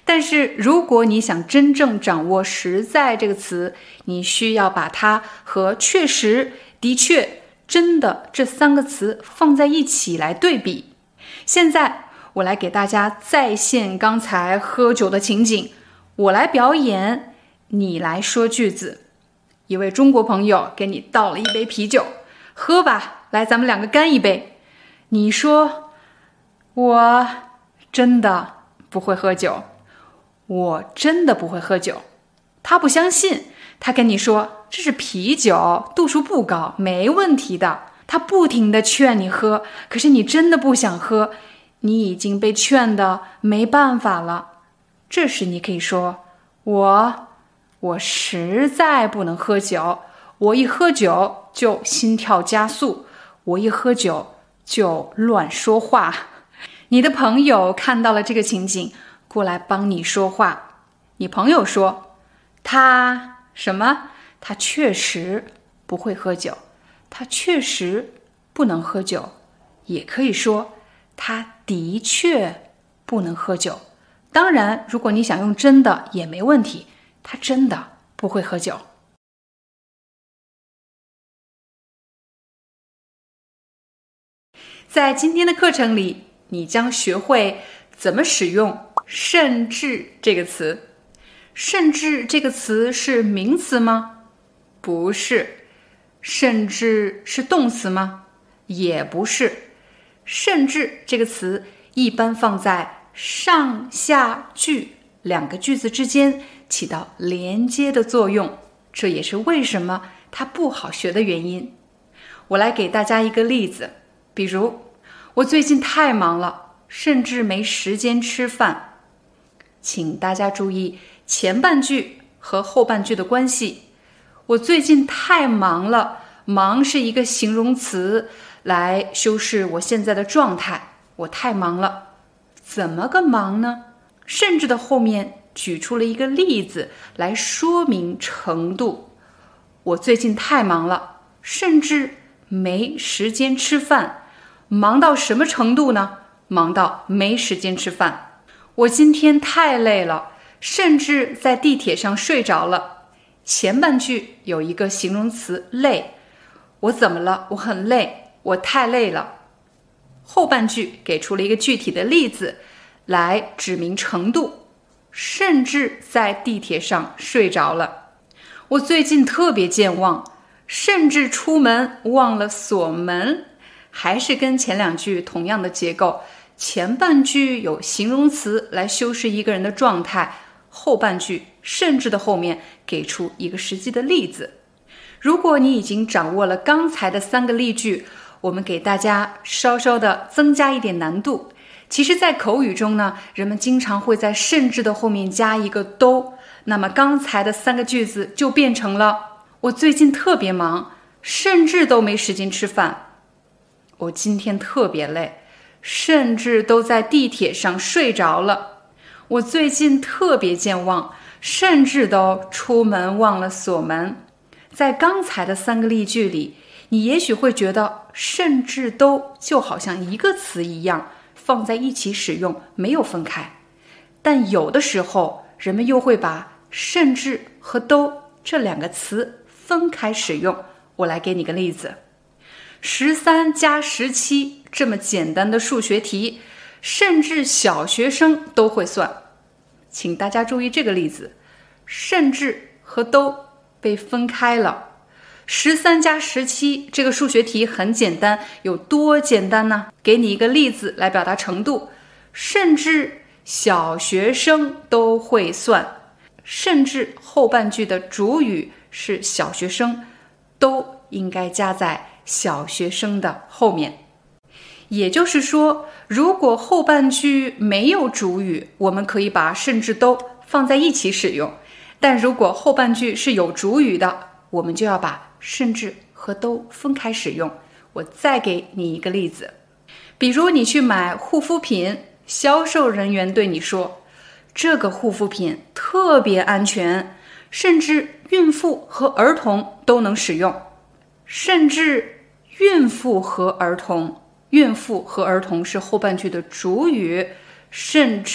但是如果你想真正掌握实在这个词，你需要把它和确实、的确、真的这三个词放在一起来对比。现在我来给大家再现刚才喝酒的情景，我来表演，你来说句子。一位中国朋友给你倒了一杯啤酒，喝吧，来，咱们两个干一杯。你说，我真的不会喝酒，我真的不会喝酒。他不相信，他跟你说这是啤酒，度数不高，没问题的。他不停地劝你喝，可是你真的不想喝，你已经被劝的没办法了。这时你可以说，我我实在不能喝酒，我一喝酒就心跳加速，我一喝酒就乱说话。你的朋友看到了这个情景，过来帮你说话。你朋友说，他什么？他确实不会喝酒，他确实不能喝酒。也可以说，他的确不能喝酒。当然，如果你想用真的也没问题，他真的不会喝酒。在今天的课程里，你将学会怎么使用甚至这个词。甚至这个词是名词吗？不是。甚至是动词吗？也不是。甚至这个词一般放在上下句两个句子之间，起到连接的作用，这也是为什么它不好学的原因。我来给大家一个例子，比如，我最近太忙了，甚至没时间吃饭。请大家注意前半句和后半句的关系。我最近太忙了，忙是一个形容词，来修饰我现在的状态。我太忙了，怎么个忙呢？甚至的后面举出了一个例子来说明程度。我最近太忙了，甚至没时间吃饭。忙到什么程度呢？忙到没时间吃饭。我今天太累了，甚至在地铁上睡着了。前半句有一个形容词累，我怎么了？我很累，我太累了。后半句给出了一个具体的例子来指明程度，甚至在地铁上睡着了。我最近特别健忘，甚至出门忘了锁门。还是跟前两句同样的结构，前半句有形容词来修饰一个人的状态，后半句甚至的后面给出一个实际的例子。如果你已经掌握了刚才的三个例句，我们给大家稍稍的增加一点难度。其实在口语中呢，人们经常会在甚至的后面加一个都，那么刚才的三个句子就变成了，我最近特别忙，甚至都没时间吃饭。我今天特别累，甚至都在地铁上睡着了。我最近特别健忘，甚至都出门忘了锁门。在刚才的三个例句里，你也许会觉得甚至都就好像一个词一样放在一起使用，没有分开。但有的时候人们又会把甚至和都这两个词分开使用。我来给你个例子，十三加十七这么简单的数学题，甚至小学生都会算。请大家注意这个例子，甚至和都被分开了。十三加十七这个数学题很简单，有多简单呢？给你一个例子来表达程度，甚至小学生都会算。甚至后半句的主语是小学生，都应该加在小学生的后面。也就是说，如果后半句没有主语，我们可以把甚至都放在一起使用，但如果后半句是有主语的，我们就要把甚至和都分开使用。我再给你一个例子，比如你去买护肤品，销售人员对你说，这个护肤品特别安全，甚至孕妇和儿童都能使用。甚至孕妇和儿童，孕妇和儿童是后半句的主语，甚至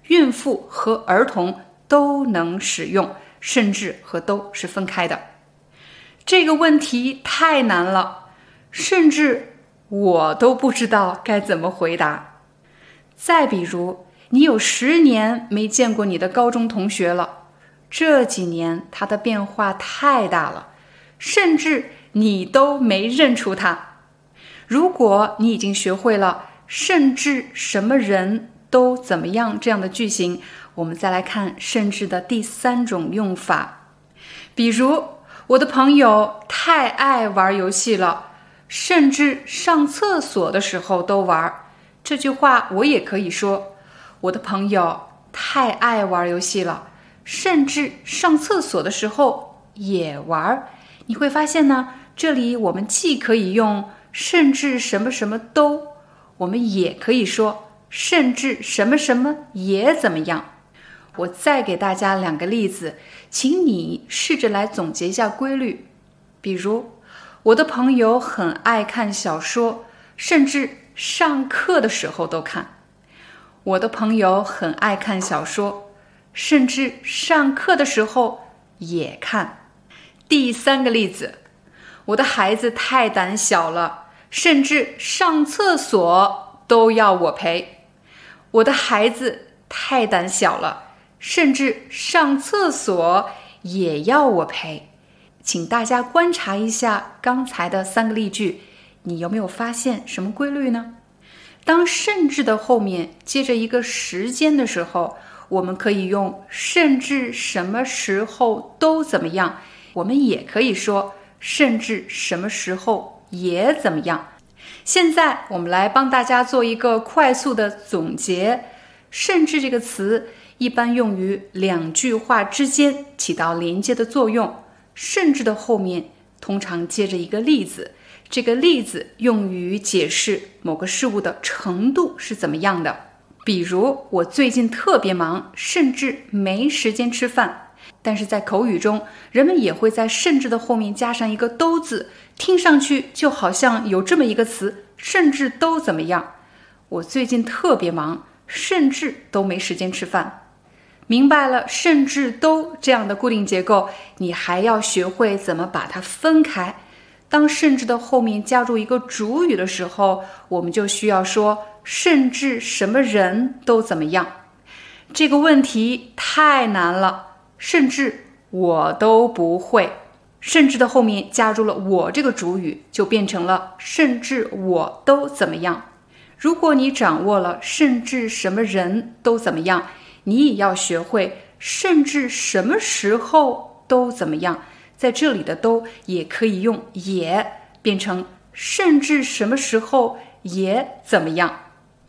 孕妇和儿童都能使用，甚至和都是分开的。这个问题太难了，甚至我都不知道该怎么回答。再比如，你有十年没见过你的高中同学了，这几年他的变化太大了，甚至你都没认出他。如果你已经学会了甚至什么人都怎么样这样的句型，我们再来看甚至的第三种用法。比如，我的朋友太爱玩游戏了，甚至上厕所的时候都玩。这句话我也可以说，我的朋友太爱玩游戏了，甚至上厕所的时候也玩。你会发现呢，这里我们既可以用甚至什么什么都，我们也可以说甚至什么什么也怎么样。我再给大家两个例子，请你试着来总结一下规律。比如，我的朋友很爱看小说，甚至上课的时候都看。我的朋友很爱看小说，甚至上课的时候也看。第三个例子，我的孩子太胆小了，甚至上厕所都要我陪。我的孩子太胆小了，甚至上厕所也要我陪。请大家观察一下刚才的三个例句，你有没有发现什么规律呢？当甚至的后面接着一个时间的时候，我们可以用甚至什么时候都怎么样，我们也可以说甚至什么时候也怎么样。现在我们来帮大家做一个快速的总结。甚至这个词一般用于两句话之间起到连接的作用，甚至的后面通常接着一个例子，这个例子用于解释某个事物的程度是怎么样的。比如，我最近特别忙，甚至没时间吃饭。但是在口语中，人们也会在甚至的后面加上一个都字，听上去就好像有这么一个词，甚至都怎么样。我最近特别忙，甚至都没时间吃饭。明白了甚至都这样的固定结构，你还要学会怎么把它分开。当甚至的后面加入一个主语的时候，我们就需要说甚至什么人都怎么样。这个问题太难了，甚至我都不会。甚至的后面加入了我这个主语，就变成了甚至我都怎么样。如果你掌握了甚至什么人都怎么样，你也要学会甚至什么时候都怎么样。在这里的都也可以用也变成甚至什么时候也怎么样。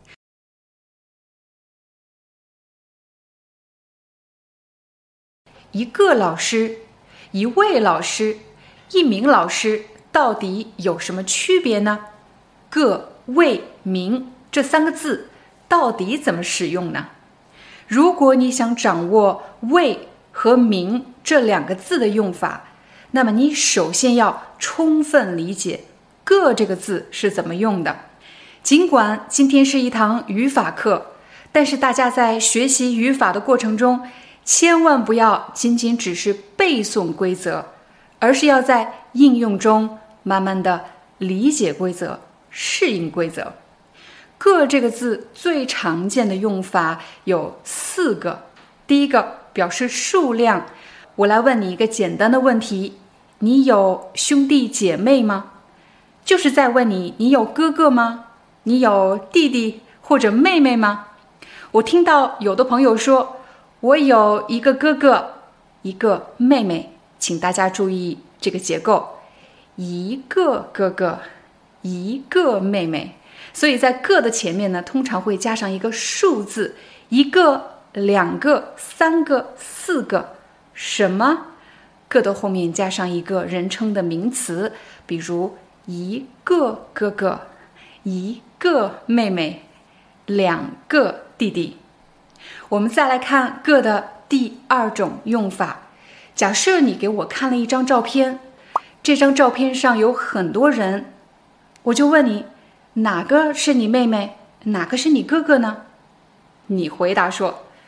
一个老师、一位老师、一名老师到底有什么区别呢？个、位、名这三个字到底怎么使用呢？如果你想掌握位和名这两个字的用法，那么你首先要充分理解个这个字是怎么用的。尽管今天是一堂语法课，但是大家在学习语法的过程中，千万不要仅仅只是背诵规则，而是要在应用中慢慢的理解规则，适应规则。个这个字最常见的用法有四个。第一个表示数量。我来问你一个简单的问题，你有兄弟姐妹吗？就是在问你，你有哥哥吗？你有弟弟或者妹妹吗？我听到有的朋友说，我有一个哥哥，一个妹妹。请大家注意这个结构，一个哥哥，一个妹妹。所以在个的前面呢，通常会加上一个数字，一个、两个、三个、四个。什么？个的后面加上一个人称的名词，比如一个哥哥，一个妹妹，两个弟弟。我们再来看个的第二种用法。假设你给我看了一张照片，这张照片上有很多人，我就问你，哪个是你妹妹，哪个是你哥哥呢？你回答说，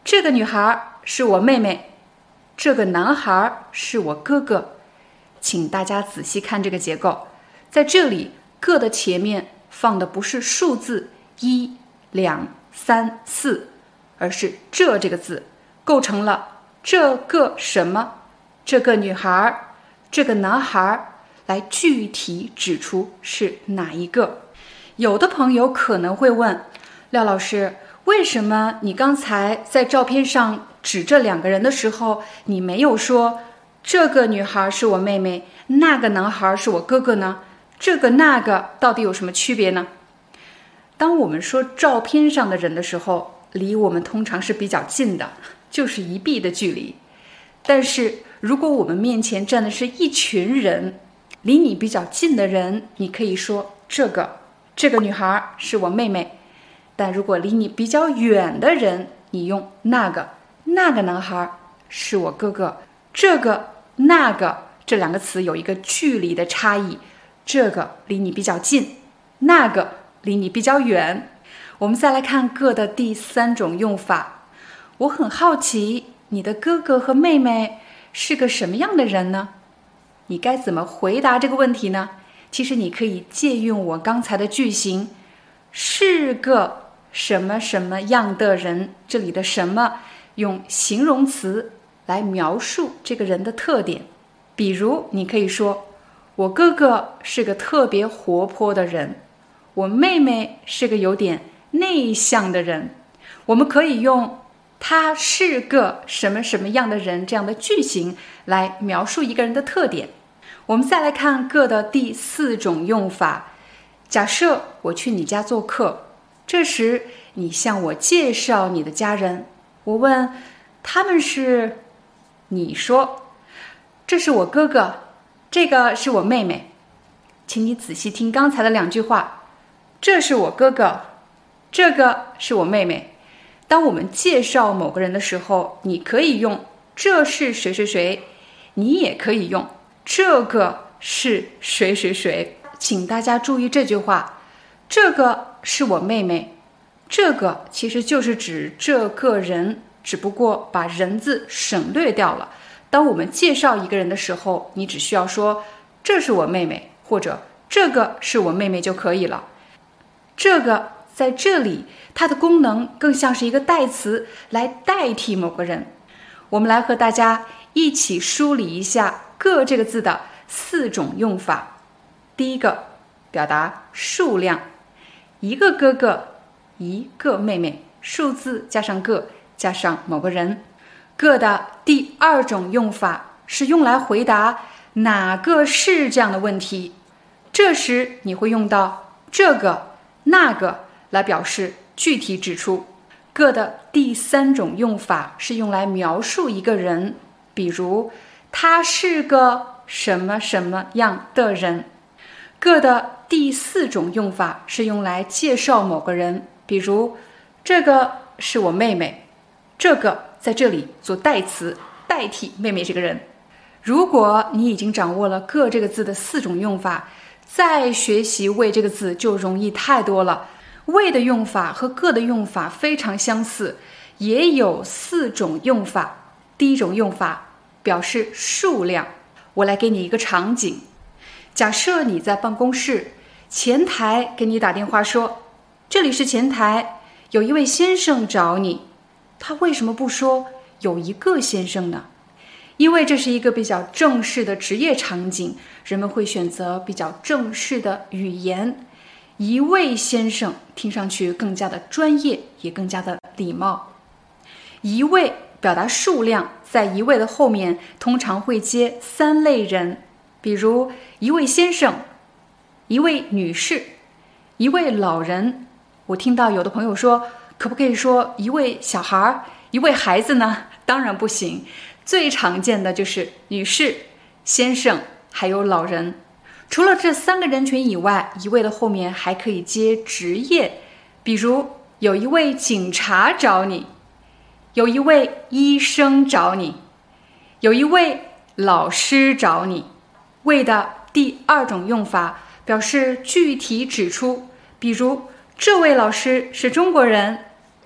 这个女孩是我妹妹，这个男孩是我哥哥。请大家仔细看这个结构，在这里个的前面放的不是数字一、两、三、四，而是这这个字，构成了这个什么，这个女孩，这个男孩，来具体指出是哪一个。有的朋友可能会问，廖老师，为什么你刚才在照片上指这两个人的时候，你没有说这个女孩是我妹妹，那个男孩是我哥哥呢？这个那个到底有什么区别呢？当我们说照片上的人的时候，离我们通常是比较近的，就是一臂的距离。但是如果我们面前站的是一群人，离你比较近的人，你可以说这个这个女孩是我妹妹。但如果离你比较远的人，你用那个那个男孩是我哥哥。这个那个这两个词有一个距离的差异，这个离你比较近，那个离你比较远。我们再来看个的第三种用法。我很好奇，你的哥哥和妹妹是个什么样的人呢？你该怎么回答这个问题呢？其实你可以借用我刚才的句型，是个什么什么样的人，这里的什么用形容词来描述这个人的特点。比如你可以说，我哥哥是个特别活泼的人，我妹妹是个有点内向的人。我们可以用他是个什么什么样的人这样的句型来描述一个人的特点。我们再来看个的第四种用法。假设我去你家做客，这时你向我介绍你的家人，我问他们是，你说这是我哥哥，这个是我妹妹。请你仔细听刚才的两句话，这是我哥哥，这个是我妹妹。当我们介绍某个人的时候，你可以用这是谁谁谁，你也可以用这个是谁谁谁。请大家注意这句话，这个是我妹妹，这个其实就是指这个人，只不过把人字省略掉了。当我们介绍一个人的时候，你只需要说这是我妹妹，或者这个是我妹妹就可以了。这个在这里它的功能更像是一个代词来代替某个人。我们来和大家一起梳理一下个这个字的四种用法。第一个，表达数量，一个哥哥，一个妹妹，数字加上个加上某个人。个的第二种用法是用来回答哪个是这样的问题，这时你会用到这个那个来表示具体指出。个的第三种用法是用来描述一个人，比如他是个什么什么样的人。个的第四种用法是用来介绍某个人，比如这个是我妹妹，这个在这里做代词代替妹妹这个人。如果你已经掌握了个这个字的四种用法，再学习为这个字就容易太多了。为的用法和个的用法非常相似，也有四种用法。第一种用法表示数量。我来给你一个场景，假设你在办公室，前台给你打电话说，这里是前台，有一位先生找你。他为什么不说有一个先生呢？因为这是一个比较正式的职业场景，人们会选择比较正式的语言。一位先生听上去更加的专业，也更加的礼貌。一位表达数量，在一位的后面通常会接三类人，比如一位先生，一位女士，一位老人。我听到有的朋友说，可不可以说一位小孩，一位孩子呢？当然不行，最常见的就是女士、先生还有老人。除了这三个人群以外，一位的后面还可以接职业，比如有一位警察找你，有一位医生找你，有一位老师找你。为的第二种用法表示具体指出，比如这位老师是中国人，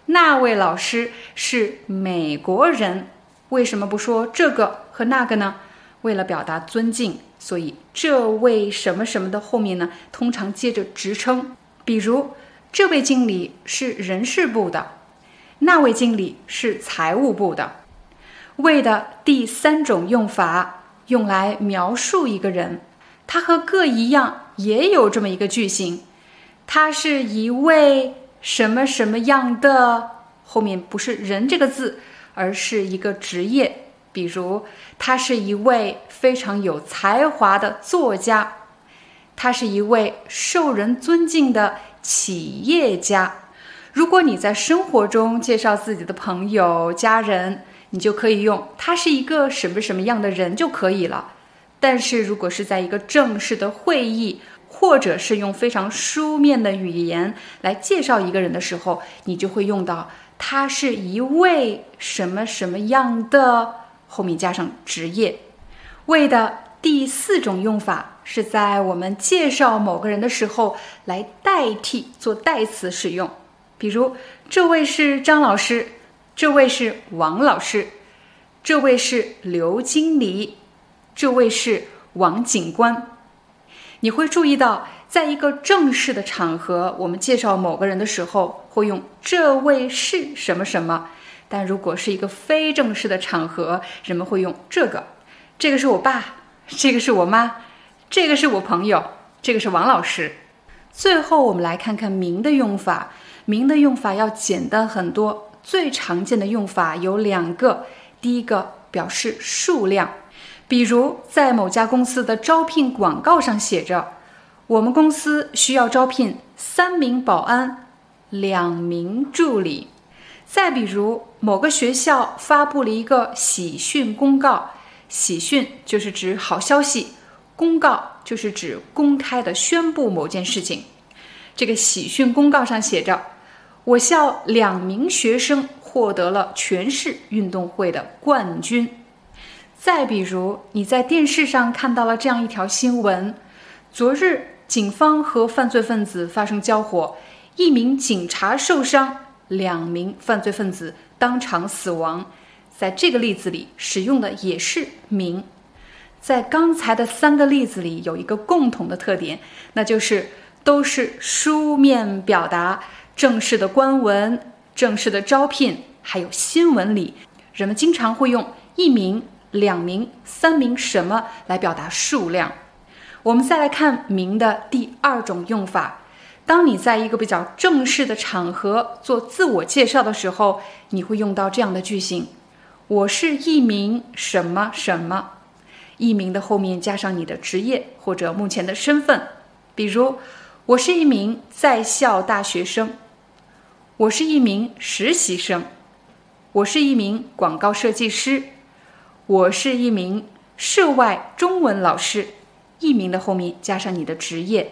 那位老师是美国人。为什么不说这个和那个呢？为了表达尊敬，所以这位什么什么的后面呢，通常接着职称。比如，这位经理是人事部的，那位经理是财务部的。为的第三种用法，用来描述一个人，他和个一样，也有这么一个句型。他是一位什么什么样的，后面不是人这个字，而是一个职业。比如，他是一位非常有才华的作家，他是一位受人尊敬的企业家。如果你在生活中介绍自己的朋友、家人，你就可以用他是一个什么什么样的人就可以了。但是如果是在一个正式的会议，或者是用非常书面的语言来介绍一个人的时候，你就会用到他是一位什么什么样的，后面加上职业。为的第四种用法是在我们介绍某个人的时候来代替做代词使用。比如，这位是张老师，这位是王老师，这位是刘经理，这位是王警官。你会注意到，在一个正式的场合，我们介绍某个人的时候会用这位是什么什么，但如果是一个非正式的场合，人们会用这个，这个是我爸，这个是我妈，这个是我朋友，这个是王老师。最后我们来看看名的用法。名的用法要简单很多，最常见的用法有两个。第一个表示数量，比如在某家公司的招聘广告上写着，我们公司需要招聘三名保安，两名助理。再比如，某个学校发布了一个喜讯公告，喜讯就是指好消息，公告就是指公开的宣布某件事情。这个喜讯公告上写着，我校两名学生获得了全市运动会的冠军。再比如，你在电视上看到了这样一条新闻，昨日警方和犯罪分子发生交火，一名警察受伤，两名犯罪分子当场死亡。在这个例子里使用的也是名。在刚才的三个例子里有一个共同的特点，那就是都是书面表达，正式的官文、正式的招聘，还有新闻里，人们经常会用一名、两名、三名什么来表达数量。我们再来看名的第二种用法。当你在一个比较正式的场合做自我介绍的时候，你会用到这样的句型：我是一名什么什么。一名的后面加上你的职业或者目前的身份。比如，我是一名在校大学生，我是一名实习生，我是一名广告设计师，我是一名涉外中文老师。一名的后面加上你的职业。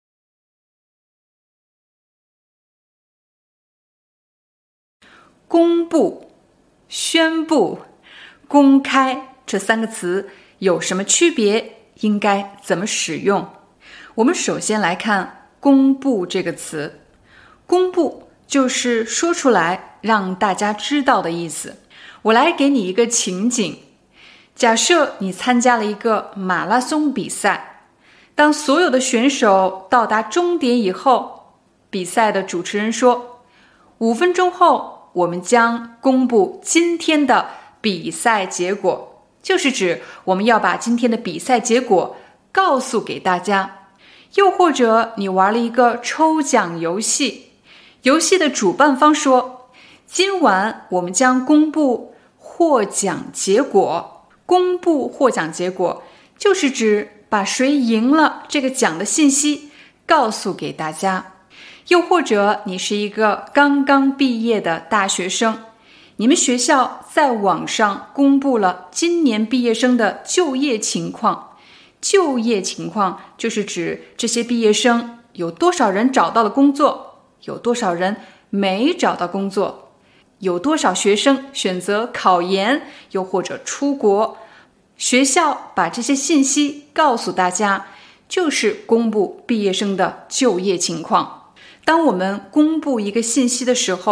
公布、宣布、公开这三个词有什么区别？应该怎么使用？我们首先来看公布这个词。公布就是说出来让大家知道的意思。我来给你一个情景，假设你参加了一个马拉松比赛，当所有的选手到达终点以后，比赛的主持人说，五分钟后我们将公布今天的比赛结果，就是指我们要把今天的比赛结果告诉给大家。又或者你玩了一个抽奖游戏，游戏的主办方说，今晚我们将公布获奖结果。公布获奖结果就是指把谁赢了这个奖的信息告诉给大家。又或者你是一个刚刚毕业的大学生，你们学校在网上公布了今年毕业生的就业情况。就业情况就是指这些毕业生有多少人找到了工作，有多少人没找到工作，有多少学生选择考研，又或者出国。学校把这些信息告诉大家，就是公布毕业生的就业情况。当我们公布一个信息的时候，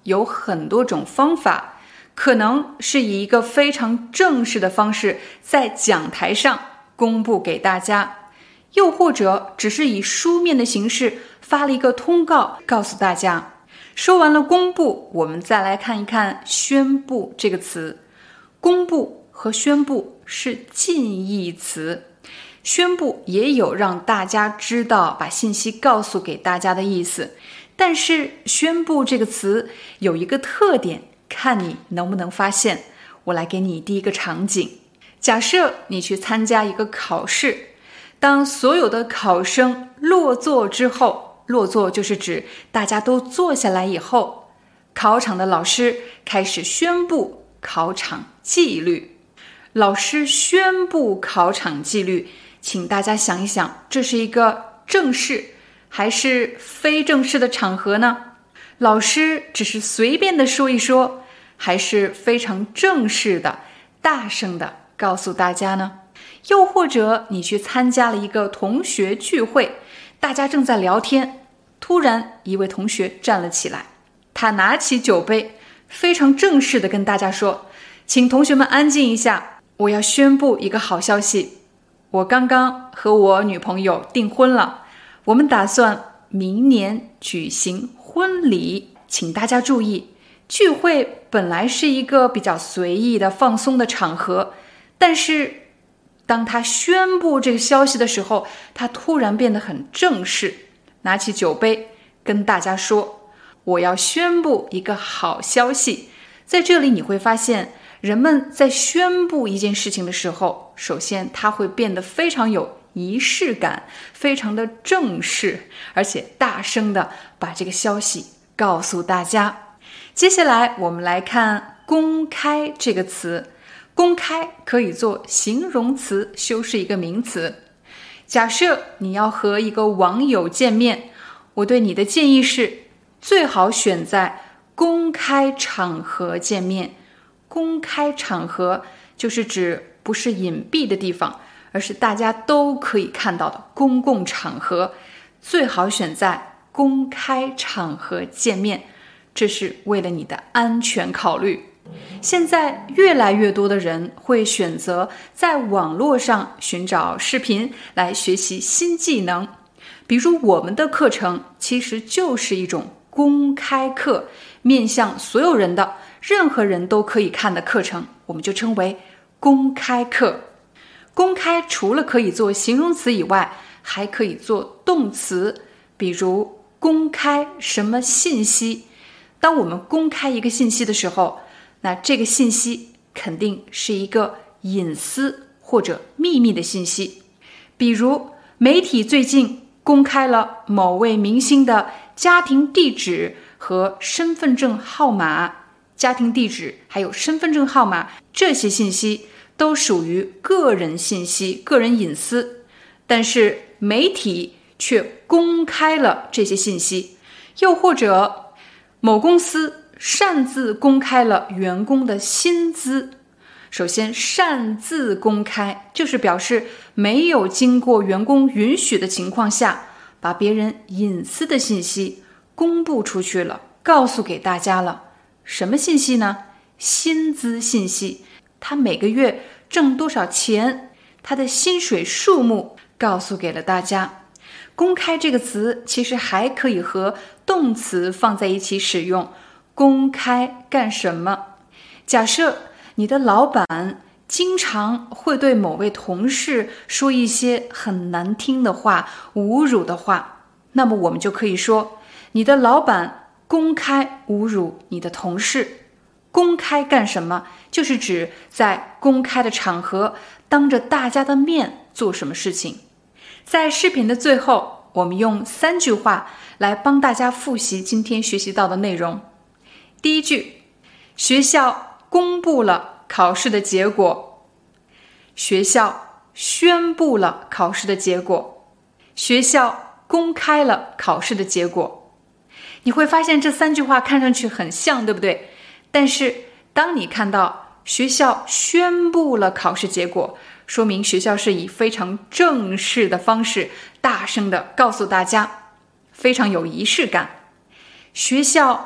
有很多种方法，可能是以一个非常正式的方式在讲台上公布给大家，又或者只是以书面的形式发了一个通告告诉大家。说完了公布，我们再来看一看宣布这个词。公布和宣布是近义词，宣布也有让大家知道，把信息告诉给大家的意思。但是宣布这个词有一个特点，看你能不能发现。我来给你第一个场景。假设你去参加一个考试，当所有的考生落座之后，落座就是指大家都坐下来以后，考场的老师开始宣布考场纪律。老师宣布考场纪律，请大家想一想，这是一个正式还是非正式的场合呢？老师只是随便的说一说，还是非常正式的大声的告诉大家呢？又或者你去参加了一个同学聚会，大家正在聊天，突然一位同学站了起来，他拿起酒杯，非常正式地跟大家说，请同学们安静一下，我要宣布一个好消息，我刚刚和我女朋友订婚了，我们打算明年举行婚礼。请大家注意，聚会本来是一个比较随意的放松的场合，但是当他宣布这个消息的时候，他突然变得很正式，拿起酒杯跟大家说，我要宣布一个好消息。在这里你会发现，人们在宣布一件事情的时候，首先他会变得非常有仪式感，非常的正式，而且大声的把这个消息告诉大家。接下来我们来看公开这个词。公开可以做形容词修饰一个名词。假设你要和一个网友见面，我对你的建议是，最好选在公开场合见面。公开场合就是指不是隐蔽的地方，而是大家都可以看到的公共场合，最好选在公开场合见面，这是为了你的安全考虑。现在越来越多的人会选择在网络上寻找视频来学习新技能，比如我们的课程其实就是一种公开课，面向所有人的，任何人都可以看的课程，我们就称为公开课。公开除了可以做形容词以外，还可以做动词，比如公开什么信息。当我们公开一个信息的时候，那这个信息肯定是一个隐私或者秘密的信息。比如媒体最近公开了某位明星的家庭地址和身份证号码，家庭地址还有身份证号码，这些信息都属于个人信息、个人隐私，但是媒体却公开了这些信息。又或者某公司擅自公开了员工的薪资。首先，擅自公开就是表示没有经过员工允许的情况下，把别人隐私的信息公布出去了，告诉给大家了。什么信息呢？薪资信息，他每个月挣多少钱，他的薪水数目告诉给了大家。公开这个词其实还可以和动词放在一起使用。公开干什么？假设你的老板经常会对某位同事说一些很难听的话、侮辱的话，那么我们就可以说，你的老板公开侮辱你的同事。公开干什么？就是指在公开的场合，当着大家的面做什么事情。在视频的最后，我们用三句话来帮大家复习今天学习到的内容。第一句，学校公布了考试的结果。学校宣布了考试的结果。学校公开了考试的结果。你会发现这三句话看上去很像，对不对？但是当你看到学校宣布了考试结果，说明学校是以非常正式的方式大声地告诉大家，非常有仪式感。学校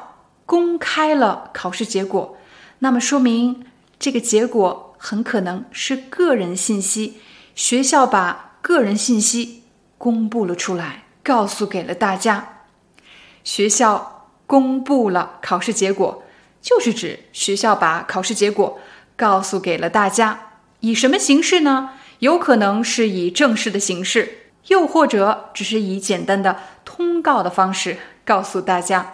公开了考试结果，那么说明这个结果很可能是个人信息，学校把个人信息公布了出来，告诉给了大家。学校公布了考试结果，就是指学校把考试结果告诉给了大家。以什么形式呢？有可能是以正式的形式，又或者只是以简单的通告的方式告诉大家。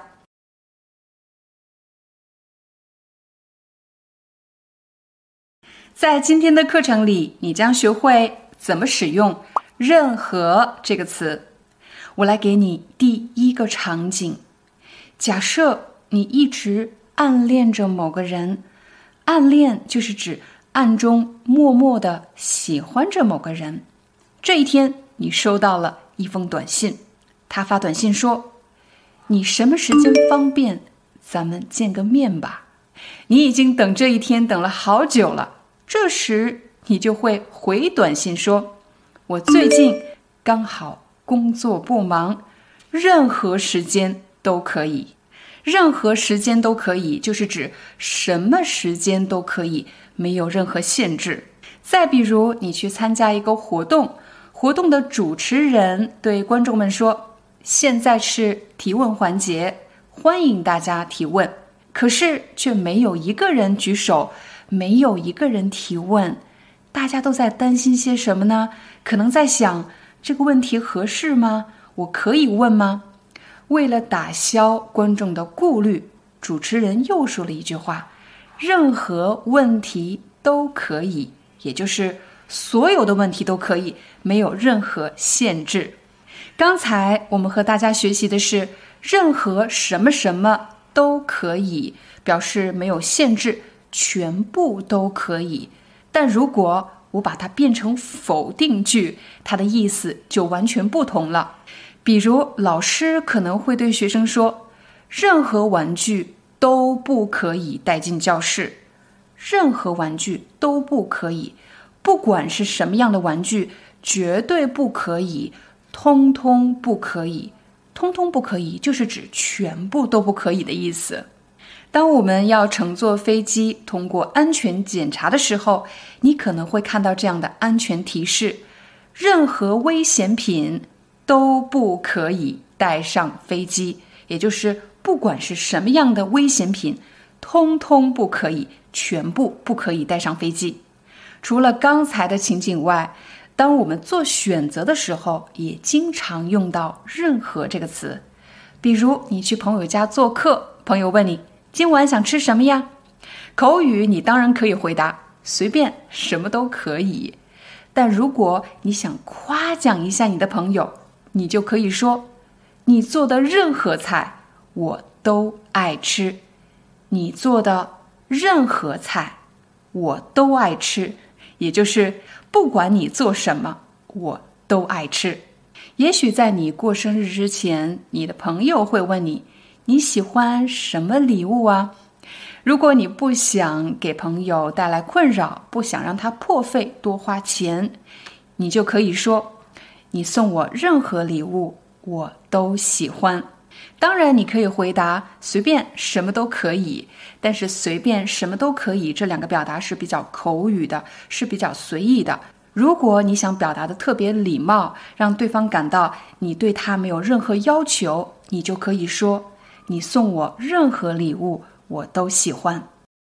在今天的课程里，你将学会怎么使用任何这个词。我来给你第一个场景。假设你一直暗恋着某个人，暗恋就是指暗中默默地喜欢着某个人。这一天，你收到了一封短信，他发短信说：你什么时间方便，咱们见个面吧。你已经等这一天等了好久了，这时你就会回短信说：我最近刚好工作不忙，任何时间都可以。任何时间都可以，就是指什么时间都可以，没有任何限制。再比如，你去参加一个活动，活动的主持人对观众们说：现在是提问环节，欢迎大家提问。可是却没有一个人举手，没有一个人提问。大家都在担心些什么呢？可能在想，这个问题合适吗？我可以问吗？为了打消观众的顾虑，主持人又说了一句话：任何问题都可以，也就是所有的问题都可以，没有任何限制。刚才我们和大家学习的是任何什么什么都可以，表示没有限制，全部都可以。但如果我把它变成否定句，它的意思就完全不同了。比如老师可能会对学生说：任何玩具都不可以带进教室。任何玩具都不可以，不管是什么样的玩具，绝对不可以，通通不可以。通通不可以就是指全部都不可以的意思。当我们要乘坐飞机通过安全检查的时候，你可能会看到这样的安全提示：任何危险品都不可以带上飞机，也就是不管是什么样的危险品，通通不可以，全部不可以带上飞机。除了刚才的情景外，当我们做选择的时候，也经常用到任何这个词。比如你去朋友家做客，朋友问你今晚想吃什么呀？口语你当然可以回答随便，什么都可以。但如果你想夸奖一下你的朋友，你就可以说：你做的任何菜我都爱吃。你做的任何菜我都爱吃，也就是不管你做什么我都爱吃。也许在你过生日之前，你的朋友会问你：你喜欢什么礼物啊？如果你不想给朋友带来困扰，不想让他破费多花钱，你就可以说：你送我任何礼物我都喜欢。当然你可以回答随便，什么都可以。但是随便什么都可以这两个表达是比较口语的，是比较随意的。如果你想表达的特别礼貌，让对方感到你对他没有任何要求，你就可以说：你送我任何礼物我都喜欢。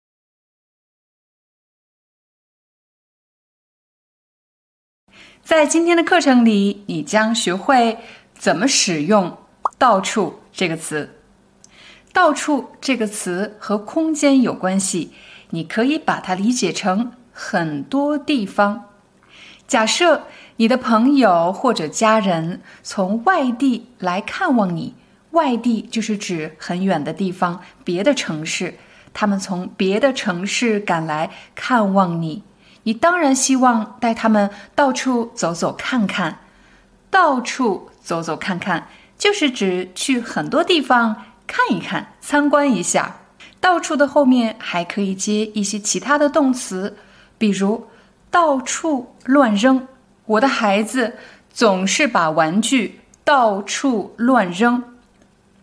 在今天的课程里，你将学会怎么使用到处这个词。到处这个词和空间有关系，你可以把它理解成很多地方。假设你的朋友或者家人从外地来看望你，外地就是指很远的地方，别的城市，他们从别的城市赶来看望你，你当然希望带他们到处走走看看。到处走走看看就是指去很多地方看一看，参观一下。到处的后面还可以接一些其他的动词，比如到处乱扔，我的孩子总是把玩具到处乱扔。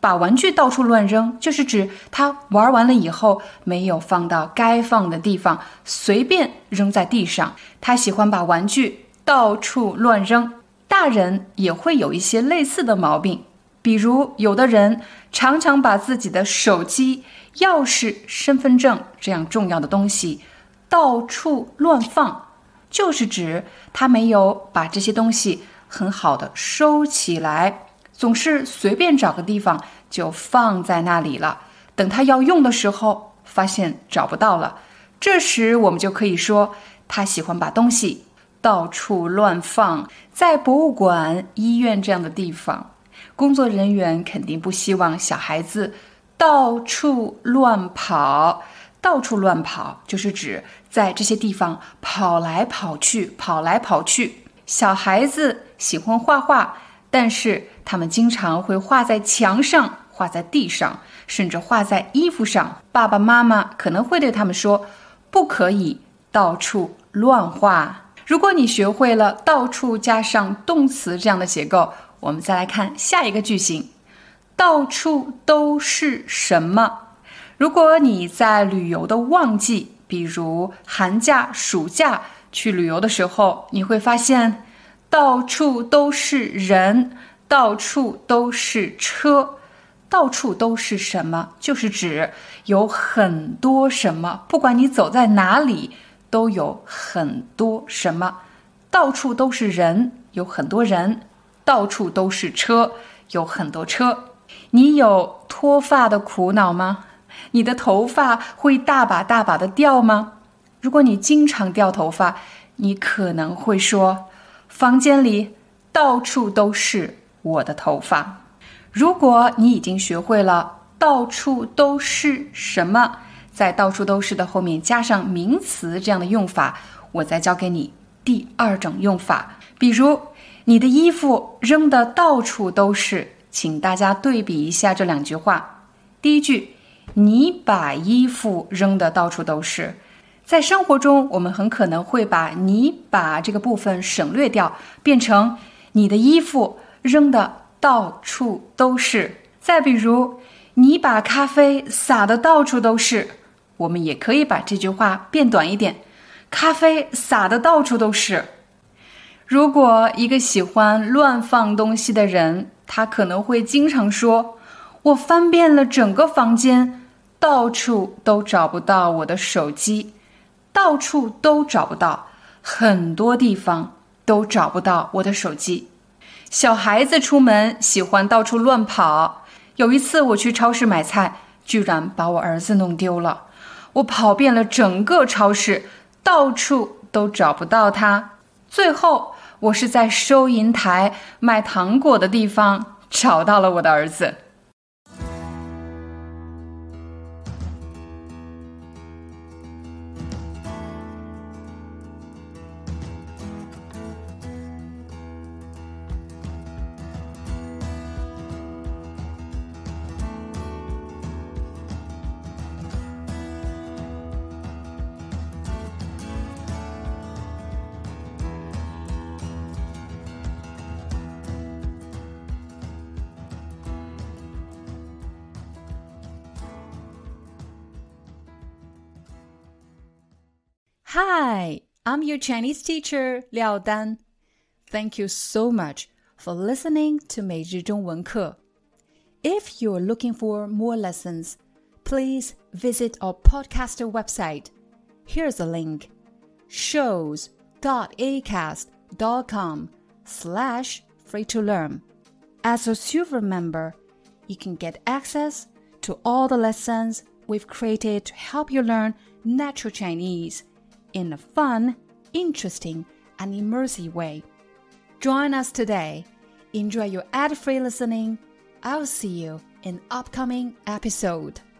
把玩具到处乱扔，就是指他玩完了以后没有放到该放的地方，随便扔在地上。他喜欢把玩具到处乱扔。大人也会有一些类似的毛病，比如有的人常常把自己的手机、钥匙、身份证这样重要的东西到处乱放，就是指他没有把这些东西很好的收起来，总是随便找个地方就放在那里了，等他要用的时候发现找不到了，这时我们就可以说他喜欢把东西到处乱放。在博物馆、医院这样的地方，工作人员肯定不希望小孩子到处乱跑。到处乱跑就是指在这些地方跑来跑去，跑来跑去。小孩子喜欢画画，但是他们经常会画在墙上，画在地上，甚至画在衣服上。爸爸妈妈可能会对他们说，不可以到处乱画。如果你学会了到处加上动词这样的结构，我们再来看下一个句型，到处都是什么？如果你在旅游的旺季，比如寒假、暑假去旅游的时候，你会发现到处都是人，到处都是车。到处都是什么？就是指有很多什么，不管你走在哪里都有很多什么。到处都是人，有很多人。到处都是车，有很多车。你有脱发的苦恼吗？你的头发会大把大把的掉吗？如果你经常掉头发，你可能会说，房间里到处都是我的头发。如果你已经学会了到处都是什么，在到处都是的后面加上名词这样的用法，我再教给你第二种用法。比如你的衣服扔得到处都是，请大家对比一下这两句话。第一句，你把衣服扔得到处都是。在生活中，我们很可能会把你把这个部分省略掉，变成你的衣服扔得到处都是。再比如，你把咖啡洒得到处都是，我们也可以把这句话变短一点，咖啡洒得到处都是。如果一个喜欢乱放东西的人，他可能会经常说，我翻遍了整个房间，到处都找不到我的手机，到处都找不到，很多地方都找不到我的手机。小孩子出门喜欢到处乱跑，有一次我去超市买菜，居然把我儿子弄丢了。我跑遍了整个超市，到处都找不到他。最后我是在收银台卖糖果的地方找到了我的儿子。Hi, I'm your Chinese teacher, Liao Dan. Thank you so much for listening to 每日中文课. If you're looking for more lessons, please visit our podcaster website. Here's a link, shows.acast.com slash free to learn. As a silver member, you can get access to all the lessons we've created to help you learn natural Chinese in a fun, interesting, and immersive way. Join us today. Enjoy your ad-free listening. I'll see you in upcoming episode.